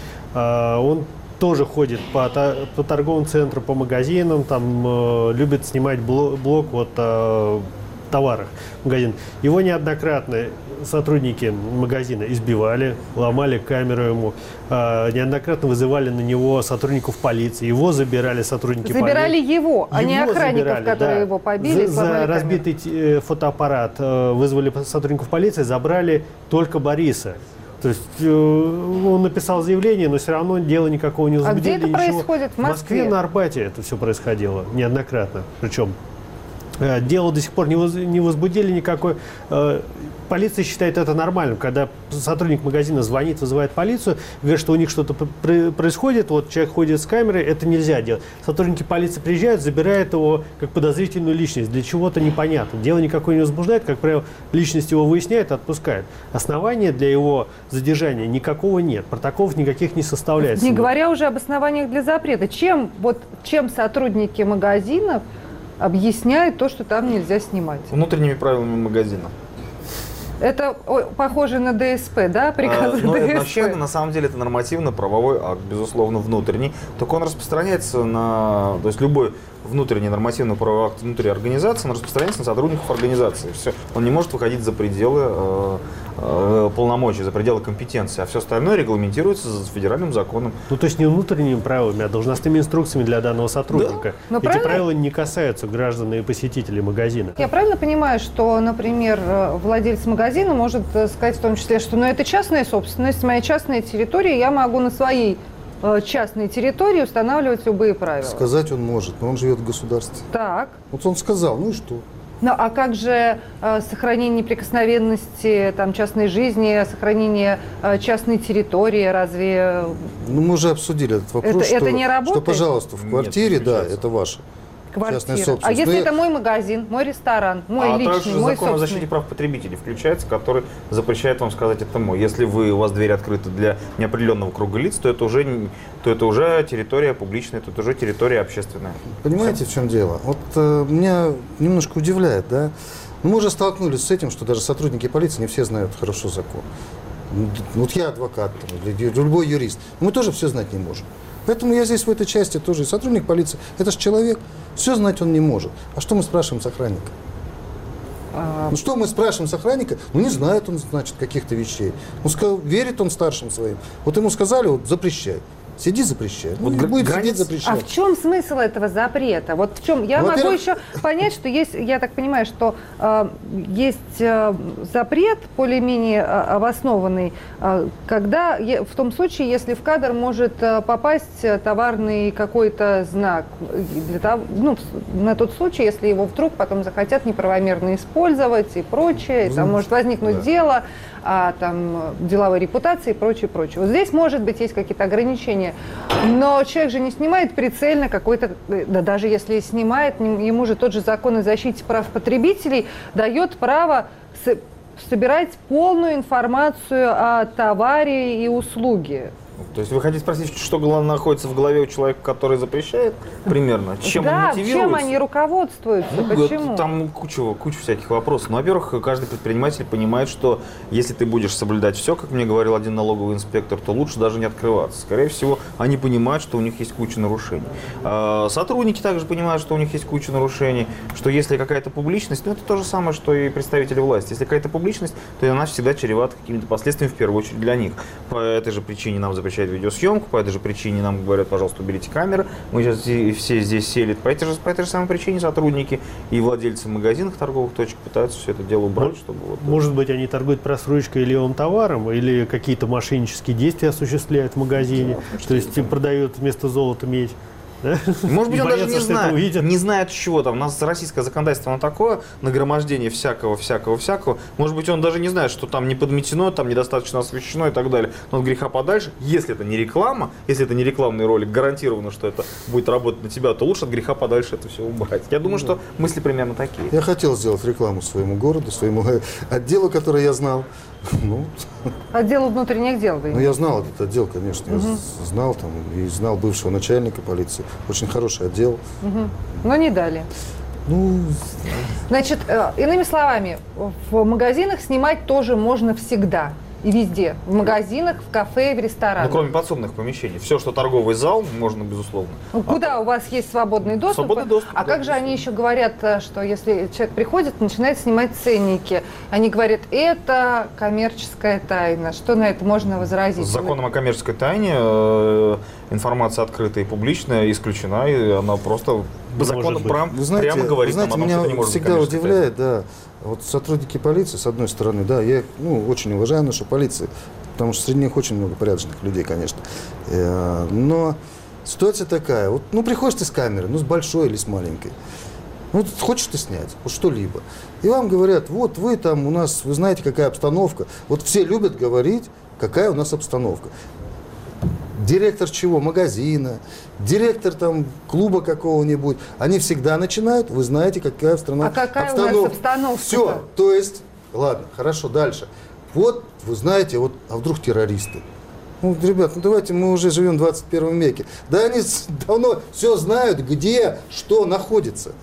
Э, он тоже ходит по, по торговым центрам, по магазинам, там э, любит снимать блог, блог вот о товарах магазин. Его неоднократно сотрудники магазина избивали, ломали камеру ему, э, неоднократно вызывали на него сотрудников полиции, его забирали сотрудники полиции. Забирали его, а не охранников, забирали, которые да. его побили. За, за разбитый э, фотоаппарат э, вызвали сотрудников полиции, забрали только Бориса. То есть э, он написал заявление, но все равно дела никакого не возбудили. А где это ничего. происходит? В Москве? В Москве, на Арбате это все происходило неоднократно. Причем э, дело до сих пор не, воз, не возбудили никакой. Э, Полиция считает это нормальным, когда сотрудник магазина звонит, вызывает полицию, говорит, что у них что-то происходит, вот человек ходит с камерой, это нельзя делать. Сотрудники полиции приезжают, забирают его как подозрительную личность, для чего-то непонятно. Дело никакое не возбуждает, как правило, личность его выясняют, отпускают. Основания для его задержания никакого нет, протоколов никаких не составляется. Не говоря уже об основаниях для запрета. Чем, вот, чем сотрудники магазинов объясняет то, что там нельзя снимать? Внутренними правилами магазина. Это о, похоже на ДСП, да, приказ а, ну, ДСП? Это вообще, на самом деле, это нормативно-правовой акт, безусловно, внутренний. Только он распространяется на... То есть любой внутренний нормативно-правовой акт внутри организации, он распространяется на сотрудников организации. Все. Он не может выходить за пределы э, э, полномочий, за пределы компетенции, а все остальное регламентируется федеральным законом. Ну, то есть не внутренними правилами, а должностными инструкциями для данного сотрудника. Да. Эти правильно? правила не касаются граждан и посетителей магазина. Я правильно понимаю, что, например, владелец магазина может сказать в том числе, что ну, это частная собственность, моя частная территория, я могу на своей частной территории устанавливать любые правила? Сказать он может, но он живет в государстве. Так. Вот он сказал, ну и что? Ну, а как же э, сохранение неприкосновенности там, частной жизни, сохранение э, частной территории, разве... Ну, мы уже обсудили этот вопрос, это, что, это не работает? что, пожалуйста, в квартире, Нет, да, это ваше. Квартира. А если это мой магазин, мой ресторан, мой а личный, также мой закон о защите собственный? прав потребителей включается, который запрещает вам сказать это мой. Если вы, у вас дверь открыта для неопределенного круга лиц, то это уже, то это уже территория публичная, это уже территория общественная. Понимаете, в чем дело? Вот э, меня немножко удивляет, да? Ну, мы уже столкнулись с этим, что даже сотрудники полиции не все знают хорошо закон. Вот я адвокат, там, или любой юрист, мы тоже все знать не можем. Поэтому я здесь в этой части тоже сотрудник полиции. Это же человек. Все знать он не может. А что мы спрашиваем с охранника? А... Ну что мы спрашиваем с охранника? Ну не знает он, значит, каких-то вещей. Он сказал, верит он старшим своим. Вот ему сказали, вот запрещай. Сиди, запрещай. Вот ну, будет границ... сидеть, запрещай. А в чем смысл этого запрета? Вот в чем? Я ну, могу еще понять, что есть, я так понимаю, что э, есть э, запрет более-менее э, обоснованный, э, когда е, в том случае, если в кадр может э, попасть товарный какой-то знак, для того, ну, на тот случай, если его вдруг потом захотят неправомерно использовать и прочее, и там может возникнуть да. дело о там, деловой репутации и прочее, прочее. Вот здесь, может быть, есть какие-то ограничения. Но человек же не снимает прицельно какой-то, да даже если снимает, ему же тот же закон о защите прав потребителей дает право с, собирать полную информацию о товаре и услуге. То есть вы хотите спросить, что находится в голове у человека, который запрещает, примерно? Чем да, он мотивируется? чем они руководствуются? Ну, почему? Это, там куча, куча всяких вопросов. Ну, во-первых, каждый предприниматель понимает, что если ты будешь соблюдать все, как мне говорил один налоговый инспектор, то лучше даже не открываться. Скорее всего, они понимают, что у них есть куча нарушений. А сотрудники также понимают, что у них есть куча нарушений, что если какая-то публичность, ну, это то же самое, что и представители власти. Если какая-то публичность, то она всегда чревата какими-то последствиями, в первую очередь, для них. По этой же причине нам запрещают видеосъемку, по этой же причине нам говорят, пожалуйста, уберите камеры, мы сейчас все здесь сели. По этой же, по этой же самой причине сотрудники и владельцы магазинов, торговых точек пытаются все это дело убрать, ну, чтобы... Вот, может быть, они торгуют просрочкой или левым товаром, или какие-то мошеннические действия осуществляют в магазине, да, то есть им продают вместо золота медь. Да? Может быть, и он боятся, даже не знает, не знает, чего там. У нас российское законодательство, оно такое, нагромождение всякого, всякого, всякого. Может быть, он даже не знает, что там не подметено, там недостаточно освещено и так далее. Но от греха подальше, если это не реклама, если это не рекламный ролик, гарантированно, что это будет работать на тебя, то лучше от греха подальше это все убрать. Я думаю, что мысли примерно такие. Я хотел сделать рекламу своему городу, своему отделу, который я знал. Ну, отделу внутренних дел вы? Ну, я знал этот отдел, конечно. Угу. Я знал там и знал бывшего начальника полиции. Очень хороший отдел. Угу. Но не дали. Ну, значит, иными словами, в магазинах снимать тоже можно всегда. И везде. В магазинах, в кафе, в ресторанах. Ну, кроме подсобных помещений. Все, что торговый зал, можно, безусловно. Ну, куда а, у вас есть свободный доступ? Свободный доступ. А да, как же они еще говорят, что если человек приходит, начинает снимать ценники, они говорят, это коммерческая тайна. Что на это можно возразить? С законом о коммерческой тайне э, информация открытая и публичная исключена, и она просто по закону прям, знаете, прямо говорит знаете, нам о том, меня что не может всегда быть удивляет, да, вот сотрудники полиции, с одной стороны, да, я ну, очень уважаю нашу полицию, потому что среди них очень много порядочных людей, конечно. Но ситуация такая, вот, ну, приходишь ты с камерой, ну, с большой или с маленькой, ну, хочешь ты снять, вот что-либо, и вам говорят, вот вы там у нас, вы знаете, какая обстановка, вот все любят говорить, какая у нас обстановка. Директор чего? Магазина, директор там клуба какого-нибудь. Они всегда начинают, вы знаете, какая в стране обстановка. А какая обстановка. у нас обстановка? Все, то есть, ладно, хорошо, дальше. Вот, вы знаете, вот, а вдруг террористы? Ну, ребят, ну давайте, мы уже живем в двадцать первом веке. Да они давно все знают, где, что находится.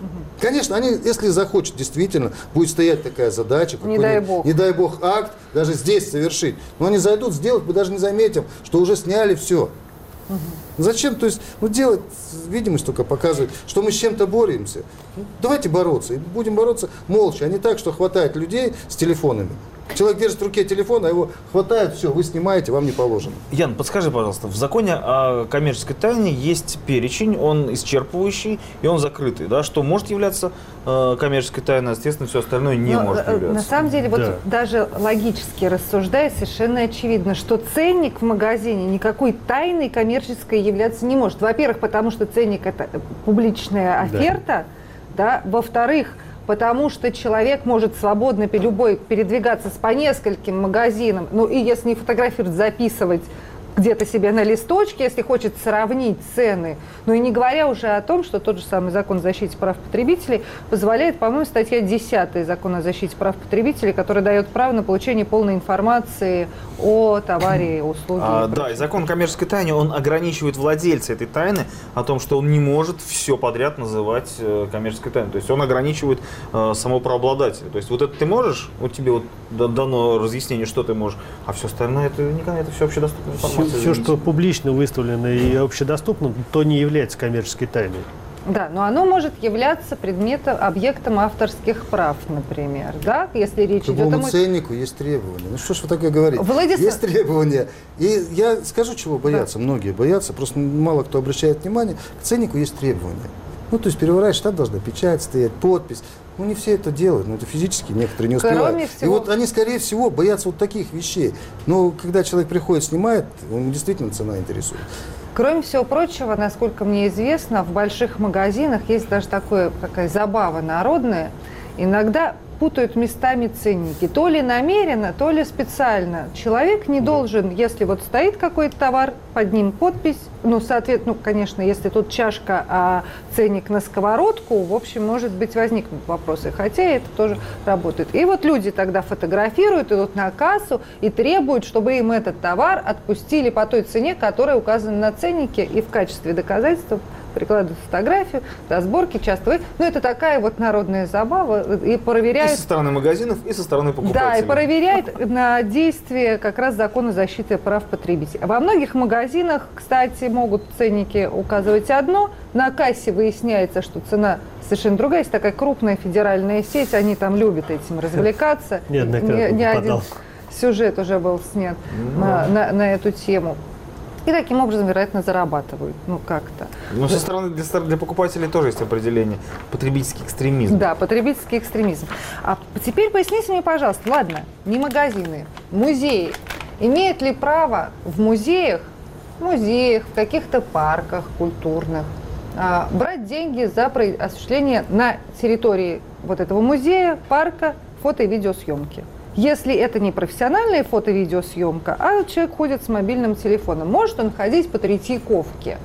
Конечно, они, если захочет, действительно, будет стоять такая задача, Не дай бог. не дай бог акт, даже здесь совершить. Но они зайдут, сделать, мы даже не заметим, что уже сняли все. Угу. Зачем? То есть, ну, делать видимость только показывает, что мы с чем-то боремся. Ну, давайте бороться. И будем бороться молча, а не так, что хватает людей с телефонами. Человек держит в руке телефон, а его хватает, все, вы снимаете, вам не положено. Ян, подскажи, пожалуйста, в законе о коммерческой тайне есть перечень, он исчерпывающий и он закрытый, да, что может являться э, коммерческой тайной, а, естественно, все остальное не Но, может являться. На самом деле, вот Да. даже логически рассуждая, совершенно очевидно, что ценник в магазине никакой тайной коммерческой являться не может. Во-первых, потому что ценник – это публичная оферта, да. Да? Во-вторых, потому что человек может свободно любой передвигаться по нескольким магазинам, ну и если не фотографировать, записывать где-то себе на листочке, если хочет сравнить цены. Ну и не говоря уже о том, что тот же самый закон о защите прав потребителей позволяет, по-моему, статья десятая закона о защите прав потребителей, которая дает право на получение полной информации о товаре, услуге. А, и да, и закон о коммерческой тайне, он ограничивает владельца этой тайны о том, что он не может все подряд называть э, коммерческой тайной. То есть он ограничивает э, самого правообладателя. То есть вот это ты можешь, вот тебе вот дано разъяснение, что ты можешь, а все остальное, это никогда, это все общедоступная информация. Все, все, что публично выставлено и общедоступно, то не является коммерческой тайной. Да, но оно может являться предметом, объектом авторских прав, например, да, если речь К любому идет о... ценнику есть требования. Ну что ж вы такое говорите? Владислав... Есть требования. И я скажу, чего боятся. Да. Многие боятся, просто мало кто обращает внимание. К ценнику есть требования. Ну, то есть переворачиваешь, там должна печать стоять, подпись. Ну, не все это делают, но это физически некоторые не успевают. Кроме всего... И вот они, скорее всего, боятся вот таких вещей. Но когда человек приходит, снимает, он действительно цена интересует. Кроме всего прочего, насколько мне известно, в больших магазинах есть даже такое, такая забава народная. Иногда путают местами ценники. То ли намеренно, то ли специально. Человек не должен, если вот стоит какой-то товар, под ним подпись, ну, соответственно, ну, конечно, если тут чашка, а ценник на сковородку, в общем, может быть, возникнут вопросы. Хотя это тоже работает. И вот люди тогда фотографируют, идут на кассу и требуют, чтобы им этот товар отпустили по той цене, которая указана на ценнике, и в качестве доказательства прикладывают фотографию, до сборки часто. Ну, это такая вот народная забава. И проверяют... И со стороны магазинов, и со стороны покупателей. Да, и проверяет на действие как раз закона защиты прав потребителей. Во многих магазинах, кстати, могут ценники указывать одно, на кассе выясняется, что цена совершенно другая. Есть такая крупная федеральная сеть, они там любят этим развлекаться. Неоднократно Не один попадал. сюжет уже был снят на, на, на эту тему. И таким образом, вероятно, зарабатывают. Ну, как-то. Но со стороны для, для покупателей тоже есть определение. Потребительский экстремизм. Да, потребительский экстремизм. А теперь поясните мне, пожалуйста, ладно, не магазины, музеи. Имеют ли право в музеях, музеях, в каких-то парках культурных а, брать деньги за осуществление на территории вот этого музея, парка, фото- и видеосъемки? Если это не профессиональная фото- и видеосъемка, а человек ходит с мобильным телефоном, может он ходить по Третьяковке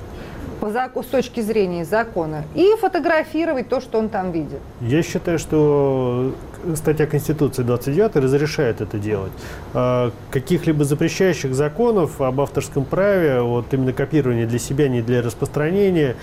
по заку- с точки зрения закона и фотографировать то, что он там видит? Я считаю, что статья Конституции двадцать девятая разрешает это делать. А каких-либо запрещающих законов об авторском праве, вот именно копирование для себя, не для распространения,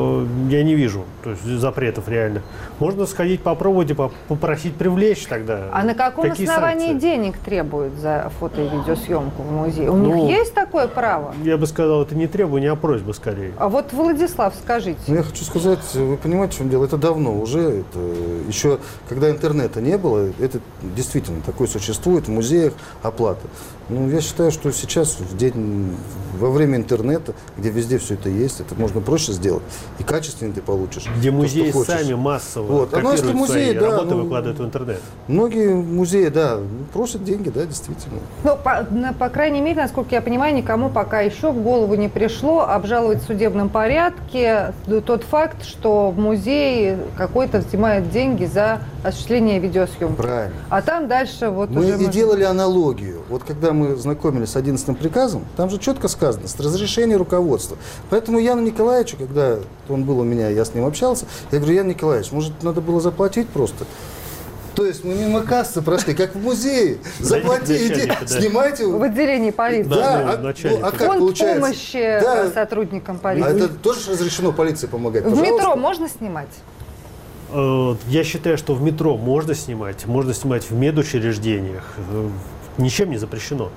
я не вижу. То есть запретов реально. Можно сходить попробовать и попросить привлечь тогда. А на каком Какие основании санкции? денег требуют за фото- и видеосъемку в музее? У Ну, них есть такое право? Я бы сказал, это не требование, а просьба скорее. А вот, Владислав, скажите. Ну, я хочу сказать, вы понимаете, в чем дело? Это давно уже. Это еще, когда интернета не было, это действительно такое существует в музеях, оплата. Ну, я считаю, что сейчас, в день, во время интернета, где везде все это есть, это можно проще сделать. И качественно ты получишь. Где то, музеи что хочешь. сами массово Вот. А ну, если копируют музеи, свои да, работы, ну, выкладывают в интернет. Многие музеи, да, просят деньги, да, действительно. Ну, по, на- по крайней мере, насколько я понимаю, никому пока еще в голову не пришло обжаловать в судебном порядке тот факт, что в музее какой-то взимает деньги за осуществление видеосъемки. Правильно. А там дальше вот Мы уже... и можно- делали аналогию. Вот когда мы знакомились с одиннадцатым приказом, там же четко сказано, с разрешения руководства. Поэтому Яну Николаевичу, когда он был у меня, я с ним общался, я говорю: Ян Николаевич, может, надо было заплатить просто? То есть мы мимо кассы прошли, как в музее. Заплатите, начальника, да. снимайте. В отделении полиции. Да, Да, а, начальник. ну, а как Фонд получается? помощи Да. э, сотрудникам А полиции. это тоже разрешено полиции помогать? В Пожалуйста. метро можно снимать? Я считаю, что в метро можно снимать, можно снимать в медучреждениях. Ничем не запрещено.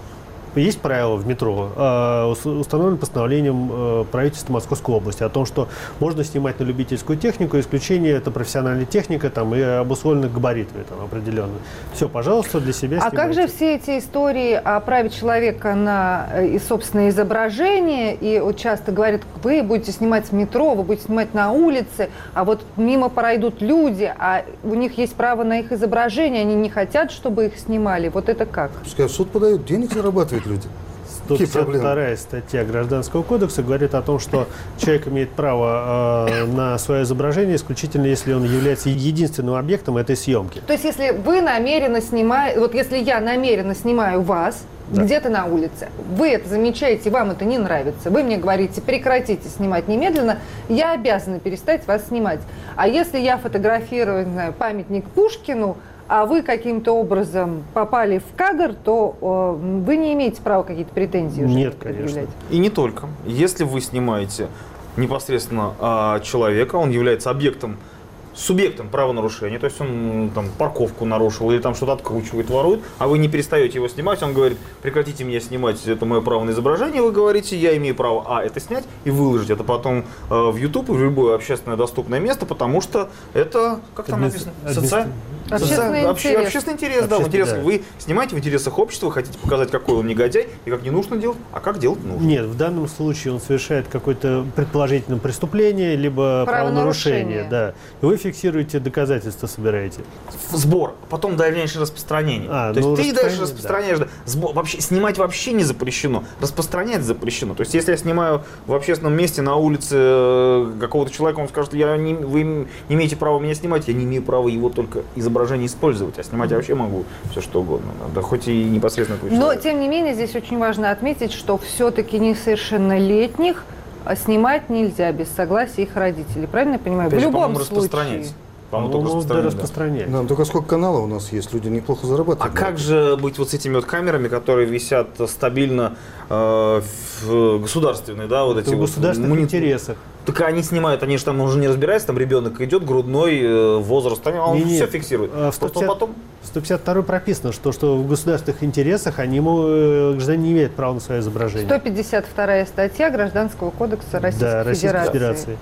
Есть правила в метро, установлены постановлением правительства Московской области о том, что можно снимать на любительскую технику, исключение это профессиональная техника там, и обусловлена габаритами там, определенно. Все, пожалуйста, для себя А снимайте. как же все эти истории о праве человека на и, собственное изображение? И вот часто говорят, вы будете снимать в метро, вы будете снимать на улице, а вот мимо пройдут люди, а у них есть право на их изображение, они не хотят, чтобы их снимали. Вот это как? Пускай в суд подают, денег зарабатывают люди. сто пятьдесят вторая статья Гражданского кодекса говорит о том, что человек имеет право э, на свое изображение исключительно, если он является единственным объектом этой съемки. То есть, если вы намеренно снимаете, вот если я намеренно снимаю вас, да, где-то на улице, вы это замечаете, вам это не нравится, вы мне говорите, прекратите снимать немедленно, я обязана перестать вас снимать. А если я фотографирую, не знаю, памятник Пушкину, а вы каким-то образом попали в кадр, то э, вы не имеете права какие-то претензии уже Нет, предъявлять. конечно. И не только. Если вы снимаете непосредственно а, человека, он является объектом, субъектом правонарушения, то есть он там парковку нарушил или там что-то откручивает, ворует, а вы не перестаете его снимать, он говорит, прекратите меня снимать, это мое право на изображение, вы говорите, я имею право, а, это снять и выложить это потом э, в YouTube и в любое общественное доступное место, потому что это, как там написано, социальный Общественный интерес. Общественный интерес, Общественный, да, в интересах. да. Вы снимаете в интересах общества, хотите показать, какой он негодяй, и как не нужно делать, а как делать нужно. Нет, в данном случае он совершает какое-то предположительное преступление, либо правонарушение. Правонарушение. Да. И вы фиксируете доказательства, собираете. Сбор, потом дальнейшее распространение. А, То есть ну, ты дальше распространение, распространяешь. Да. Сбор, вообще, снимать вообще не запрещено, распространять запрещено. То есть если я снимаю в общественном месте на улице э, какого-то человека, он скажет, я не, вы не имеете права меня снимать, я не имею права его только изображение использовать. А снимать я вообще могу все что угодно, да, хоть и непосредственно какой Но, человек. тем не менее, здесь очень важно отметить, что все-таки несовершеннолетних снимать нельзя без согласия их родителей. Правильно я понимаю? Опять в же, любом по-моему, случае. распространяется. По-моему, только Ну, да, распространяется. распространяется. Да, только сколько каналов у нас есть, люди неплохо А зарабатывают. как же быть вот с этими вот камерами, которые висят стабильно э, в государственные, да, вот Это эти в вот государственных муни- интересах. Так они снимают, они же там уже не разбираются, там ребенок идет, грудной, э, возраст, они, он Не, все нет. фиксирует. А, в Просто 150 потом... В сто пятьдесят второй прописано, что, что в государственных интересах они ему, э, гражданин не имеет права на свое изображение. сто пятьдесят вторая статья Гражданского кодекса Российской да, Российской Федерации. Федерации.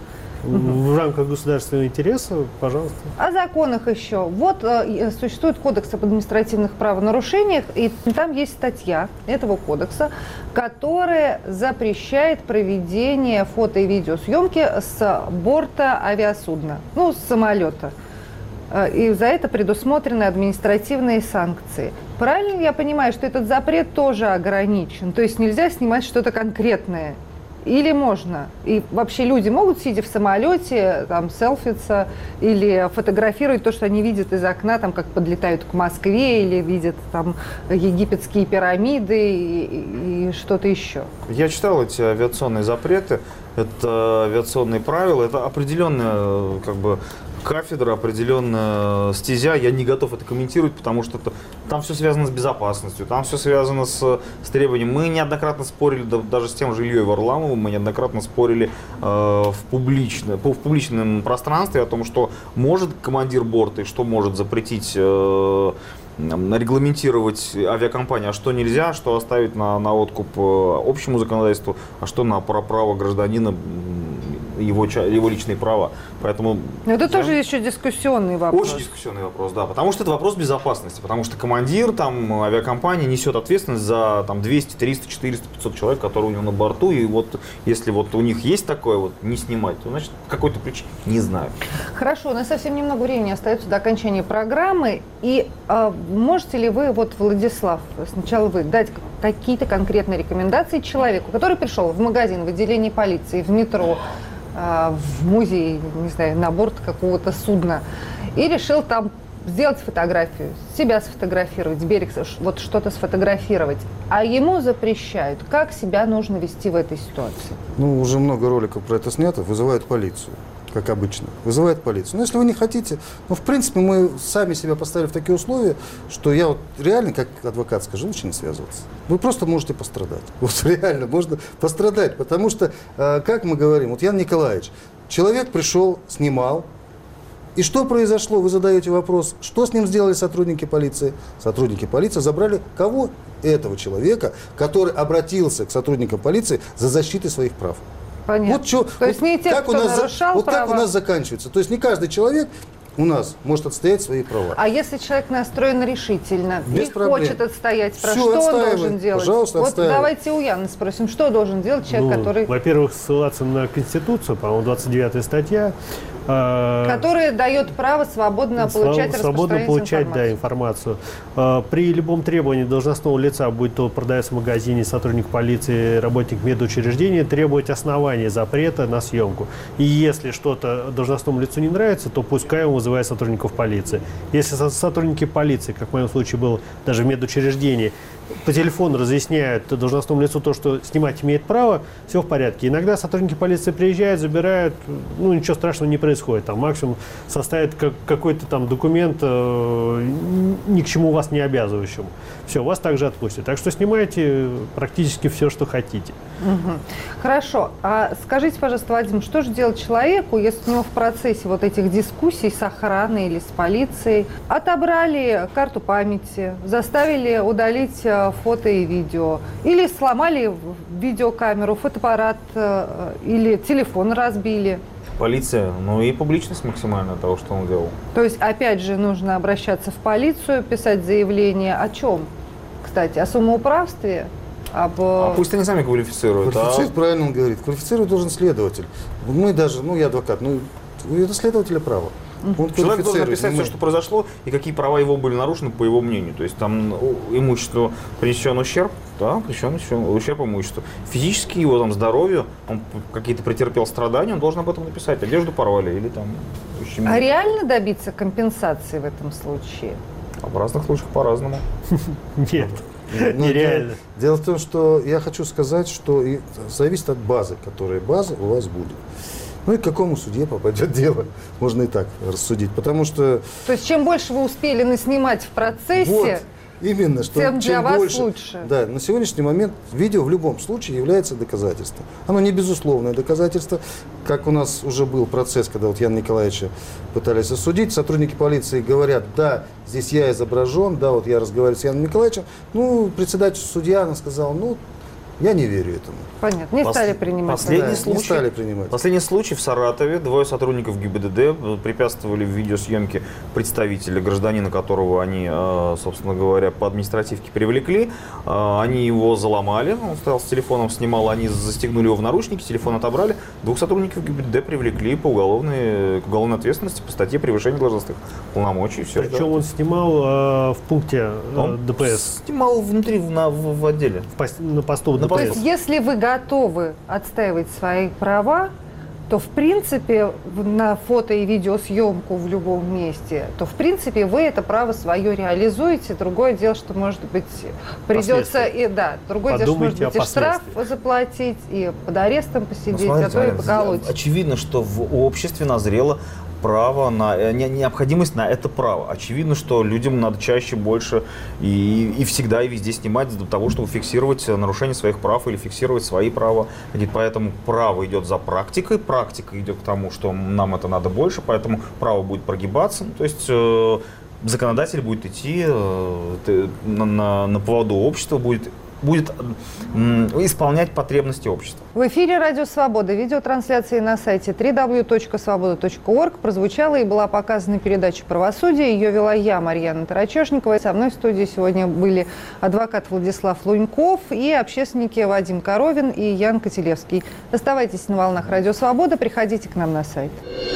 В рамках государственного интереса, пожалуйста. О законах еще. Вот э, существует кодекс об административных правонарушениях, и там есть статья этого кодекса, которая запрещает проведение фото- и видеосъемки с борта авиасудна, ну, с самолета. Э, И за это предусмотрены административные санкции. Правильно я понимаю, что этот запрет тоже ограничен? То есть нельзя снимать что-то конкретное? Или можно? И вообще люди могут, сидя в самолете, там, селфиться или фотографировать то, что они видят из окна, там, как подлетают к Москве, или видят там египетские пирамиды и, и что-то еще. Я читал эти авиационные запреты, это авиационные правила, это определенная, как бы, кафедра, определенная стезя. Я не готов это комментировать, потому что это, там все связано с безопасностью, там все связано с, с требованием. Мы неоднократно спорили, да, даже с тем же Ильей Варламовым, мы неоднократно спорили э, в, публично, в публичном пространстве о том, что может командир борта и что может запретить, э, регламентировать авиакомпания, а что нельзя, что оставить на, на откуп общему законодательству, а что на право гражданина, его, его личные права. Поэтому Но это я... тоже еще дискуссионный вопрос. Очень дискуссионный вопрос, да, потому что это вопрос безопасности, потому что командир там, авиакомпании несет ответственность за там, двести, триста, четыреста, пятьсот человек, которые у него на борту, и вот если вот у них есть такое вот не снимать, то значит какой-то причине не знаю. Хорошо, у нас совсем немного времени остается до окончания программы, и э, можете ли вы, вот Владислав, сначала вы, дать какие-то конкретные рекомендации человеку, который пришел в магазин, в отделение полиции, в метро, в музей, не знаю, на борт какого-то судна, и решил там сделать фотографию, себя сфотографировать, берег, вот что-то сфотографировать, а ему запрещают. Как себя нужно вести в этой ситуации? Ну, уже много роликов про это снято, вызывают полицию, как обычно. Вызывают полицию. Но если вы не хотите, ну, в принципе, мы сами себя поставили в такие условия, что я вот реально, как адвокат скажу, лучше не связываться. Вы просто можете пострадать. Вот реально, можно пострадать, потому что, как мы говорим, вот Ян Николаевич, человек пришел, снимал, И что произошло? Вы задаете вопрос, что с ним сделали сотрудники полиции? Сотрудники полиции забрали кого? Этого человека, который обратился к сотрудникам полиции за защитой своих прав. Понятно. Вот что, То вот есть не те, как кто у нас, нарушал вот права. как у нас заканчивается. То есть не каждый человек у нас может отстоять свои права. А если человек настроен решительно, Без не проблем. хочет отстоять права, Всё, что он отстаивай. должен делать? Пожалуйста, вот отстаивай. давайте у Яны спросим, что должен делать человек, Ну, который, Во-первых, ссылаться на Конституцию, по-моему, двадцать девятая статья. э, который дает право свободно получать и свободно распространять получать, да, информацию? информацию. Э, При любом требовании должностного лица, будь то продавец в магазине, сотрудник полиции, работник медучреждения, требовать основания запрета на съемку. И если что-то должностному лицу не нравится, то пускай он вызывает сотрудников полиции. Если со- сотрудники полиции, как в моем случае было даже в медучреждении, по телефону разъясняют должностному лицу то, что снимать имеет право, все в порядке. Иногда сотрудники полиции приезжают, забирают, ну ничего страшного не происходит. Там максимум составят как, какой-то там документ, э, ни к чему вас не обязывающему. Все, вас также отпустят. Так что снимайте практически все, что хотите. Мгм. Хорошо. А скажите, пожалуйста, Вадим, что же делать человеку, если у него в процессе вот этих дискуссий с охраной или с полицией отобрали карту памяти, заставили удалить э, фото и видео, или сломали в- видеокамеру, фотоаппарат э, или телефон разбили? Полиция, ну и публичность максимальная того, что он делал. То есть, опять же, нужно обращаться в полицию, писать заявление о чем? Кстати, о самоуправстве? Об... А пусть они сами квалифицируют. Квалифицировать, а- правильно он говорит, квалифицировать должен следователь. Мы даже, ну я адвокат, ну это следователя права. Он Человек должен квалифицирует, написать не все, мы. что произошло, и какие права его были нарушены, по его мнению. То есть там ну, имущество принесен ущерб, да, принесен ущерб имуществу. Физически его там здоровью, он какие-то претерпел страдания, он должен об этом написать. Одежду порвали или там ущемили. А реально добиться компенсации в этом случае? А в разных случаях по-разному. Нет, Ну, нереально. Дело, дело в том, что я хочу сказать, что и зависит от базы, которая база у вас будет. Ну и к какому судье попадет дело, можно и так рассудить. Потому что То есть, чем больше вы успели наснимать в процессе, вот именно, что тем для чем вас больше, лучше. Да, на сегодняшний момент видео в любом случае является доказательством. Оно не безусловное доказательство, как у нас уже был процесс, когда вот Яна Николаевича пытались осудить, сотрудники полиции говорят, да, здесь я изображен, да, вот я разговариваю с Яном Николаевичем, ну, председатель судья, она сказала, ну, я не верю этому. понятно, не Пос- стали принимать. Последний Да, не случай, стали принимать. Последний случай в Саратове. Двое сотрудников ГИБДД препятствовали в видеосъемке представителя, гражданина, которого они, э, собственно говоря, по административке привлекли. Э, Они его заломали, он стоял с телефоном, снимал, они застегнули его в наручники, телефон отобрали. Двух сотрудников ГИБДД привлекли по уголовной, к уголовной ответственности по статье превышения должностных полномочий. Все, Причем он снимал э, в пункте э, Он ДПС, снимал внутри, в, на- в- в отделе. в пос- на посту На То ДПС. есть, если вы готовы отстаивать свои права, то, в принципе, в- на фото и видеосъемку в любом месте, то, в принципе, вы это право свое реализуете. Другое дело, что, может быть, придется и, да, другое дело, что, может Подумайте о быть, и штраф последствиях. заплатить, и под арестом посидеть, Ну, смотрите, а то и Марина, поколоть. очевидно, что в обществе назрело право на э, не- необходимость на это право. Очевидно, что людям надо чаще, больше и, и всегда и везде снимать для того, чтобы фиксировать э, нарушение своих прав или фиксировать свои права. И поэтому право идет за практикой, практика идет к тому, что нам это надо больше, поэтому право будет прогибаться. Ну, то есть э, законодатель будет идти э, т- на, на, на поводу общества, будет будет м, исполнять потребности общества. В эфире «Радио Свобода». Видеотрансляции на сайте дабл ю дабл ю дабл ю точка свобода точка орг прозвучала и была показана передача «Правосудие». Ее вела я, Марьяна Тарачешникова. Со мной в студии сегодня были адвокат Владислав Луньков и общественники Вадим Коровин и Ян Котелевский. Оставайтесь на волнах «Радио Свобода», приходите к нам на сайт.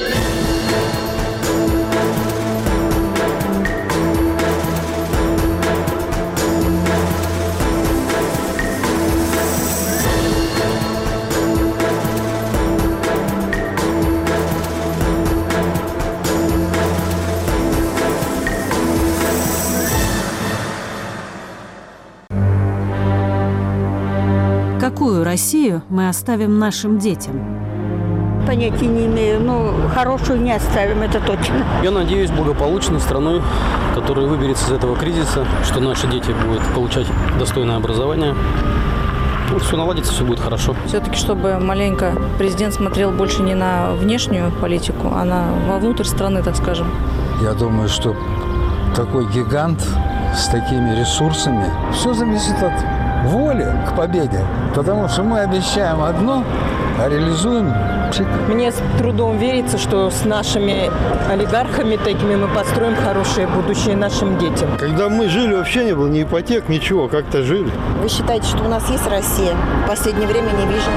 Какую Россию мы оставим нашим детям? Понятия не имею, но хорошую не оставим, это точно. Я надеюсь благополучной страной, которая выберется из этого кризиса, что наши дети будут получать достойное образование, Ну, все наладится, все будет хорошо. Все-таки, чтобы маленько президент смотрел больше не на внешнюю политику, а на вовнутрь страны, так скажем. Я думаю, что такой гигант с такими ресурсами, все зависит от воли к победе. Потому что мы обещаем одно, а реализуем пшик. Мне с трудом верится, что с нашими олигархами такими мы построим хорошее будущее нашим детям. Когда мы жили, вообще не было ни ипотек, ничего, как-то жили. Вы считаете, что у нас есть Россия? В последнее время не вижу.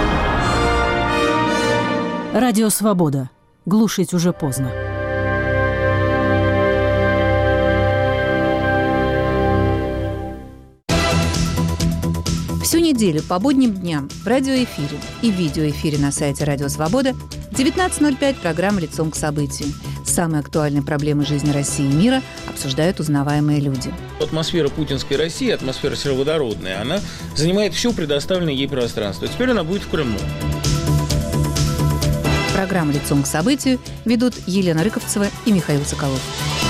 Радио «Свобода». Глушить уже поздно. Всю неделю по будним дням в радиоэфире и видеоэфире на сайте Радио Свобода в девятнадцать ноль пять программа «Лицом к событию». Самые актуальные проблемы жизни России и мира обсуждают узнаваемые люди. Атмосфера путинской России, атмосфера сероводородная, она занимает все предоставленное ей пространство. Теперь она будет в Крыму. Программу «Лицом к событию» ведут Елена Рыковцева и Михаил Соколов.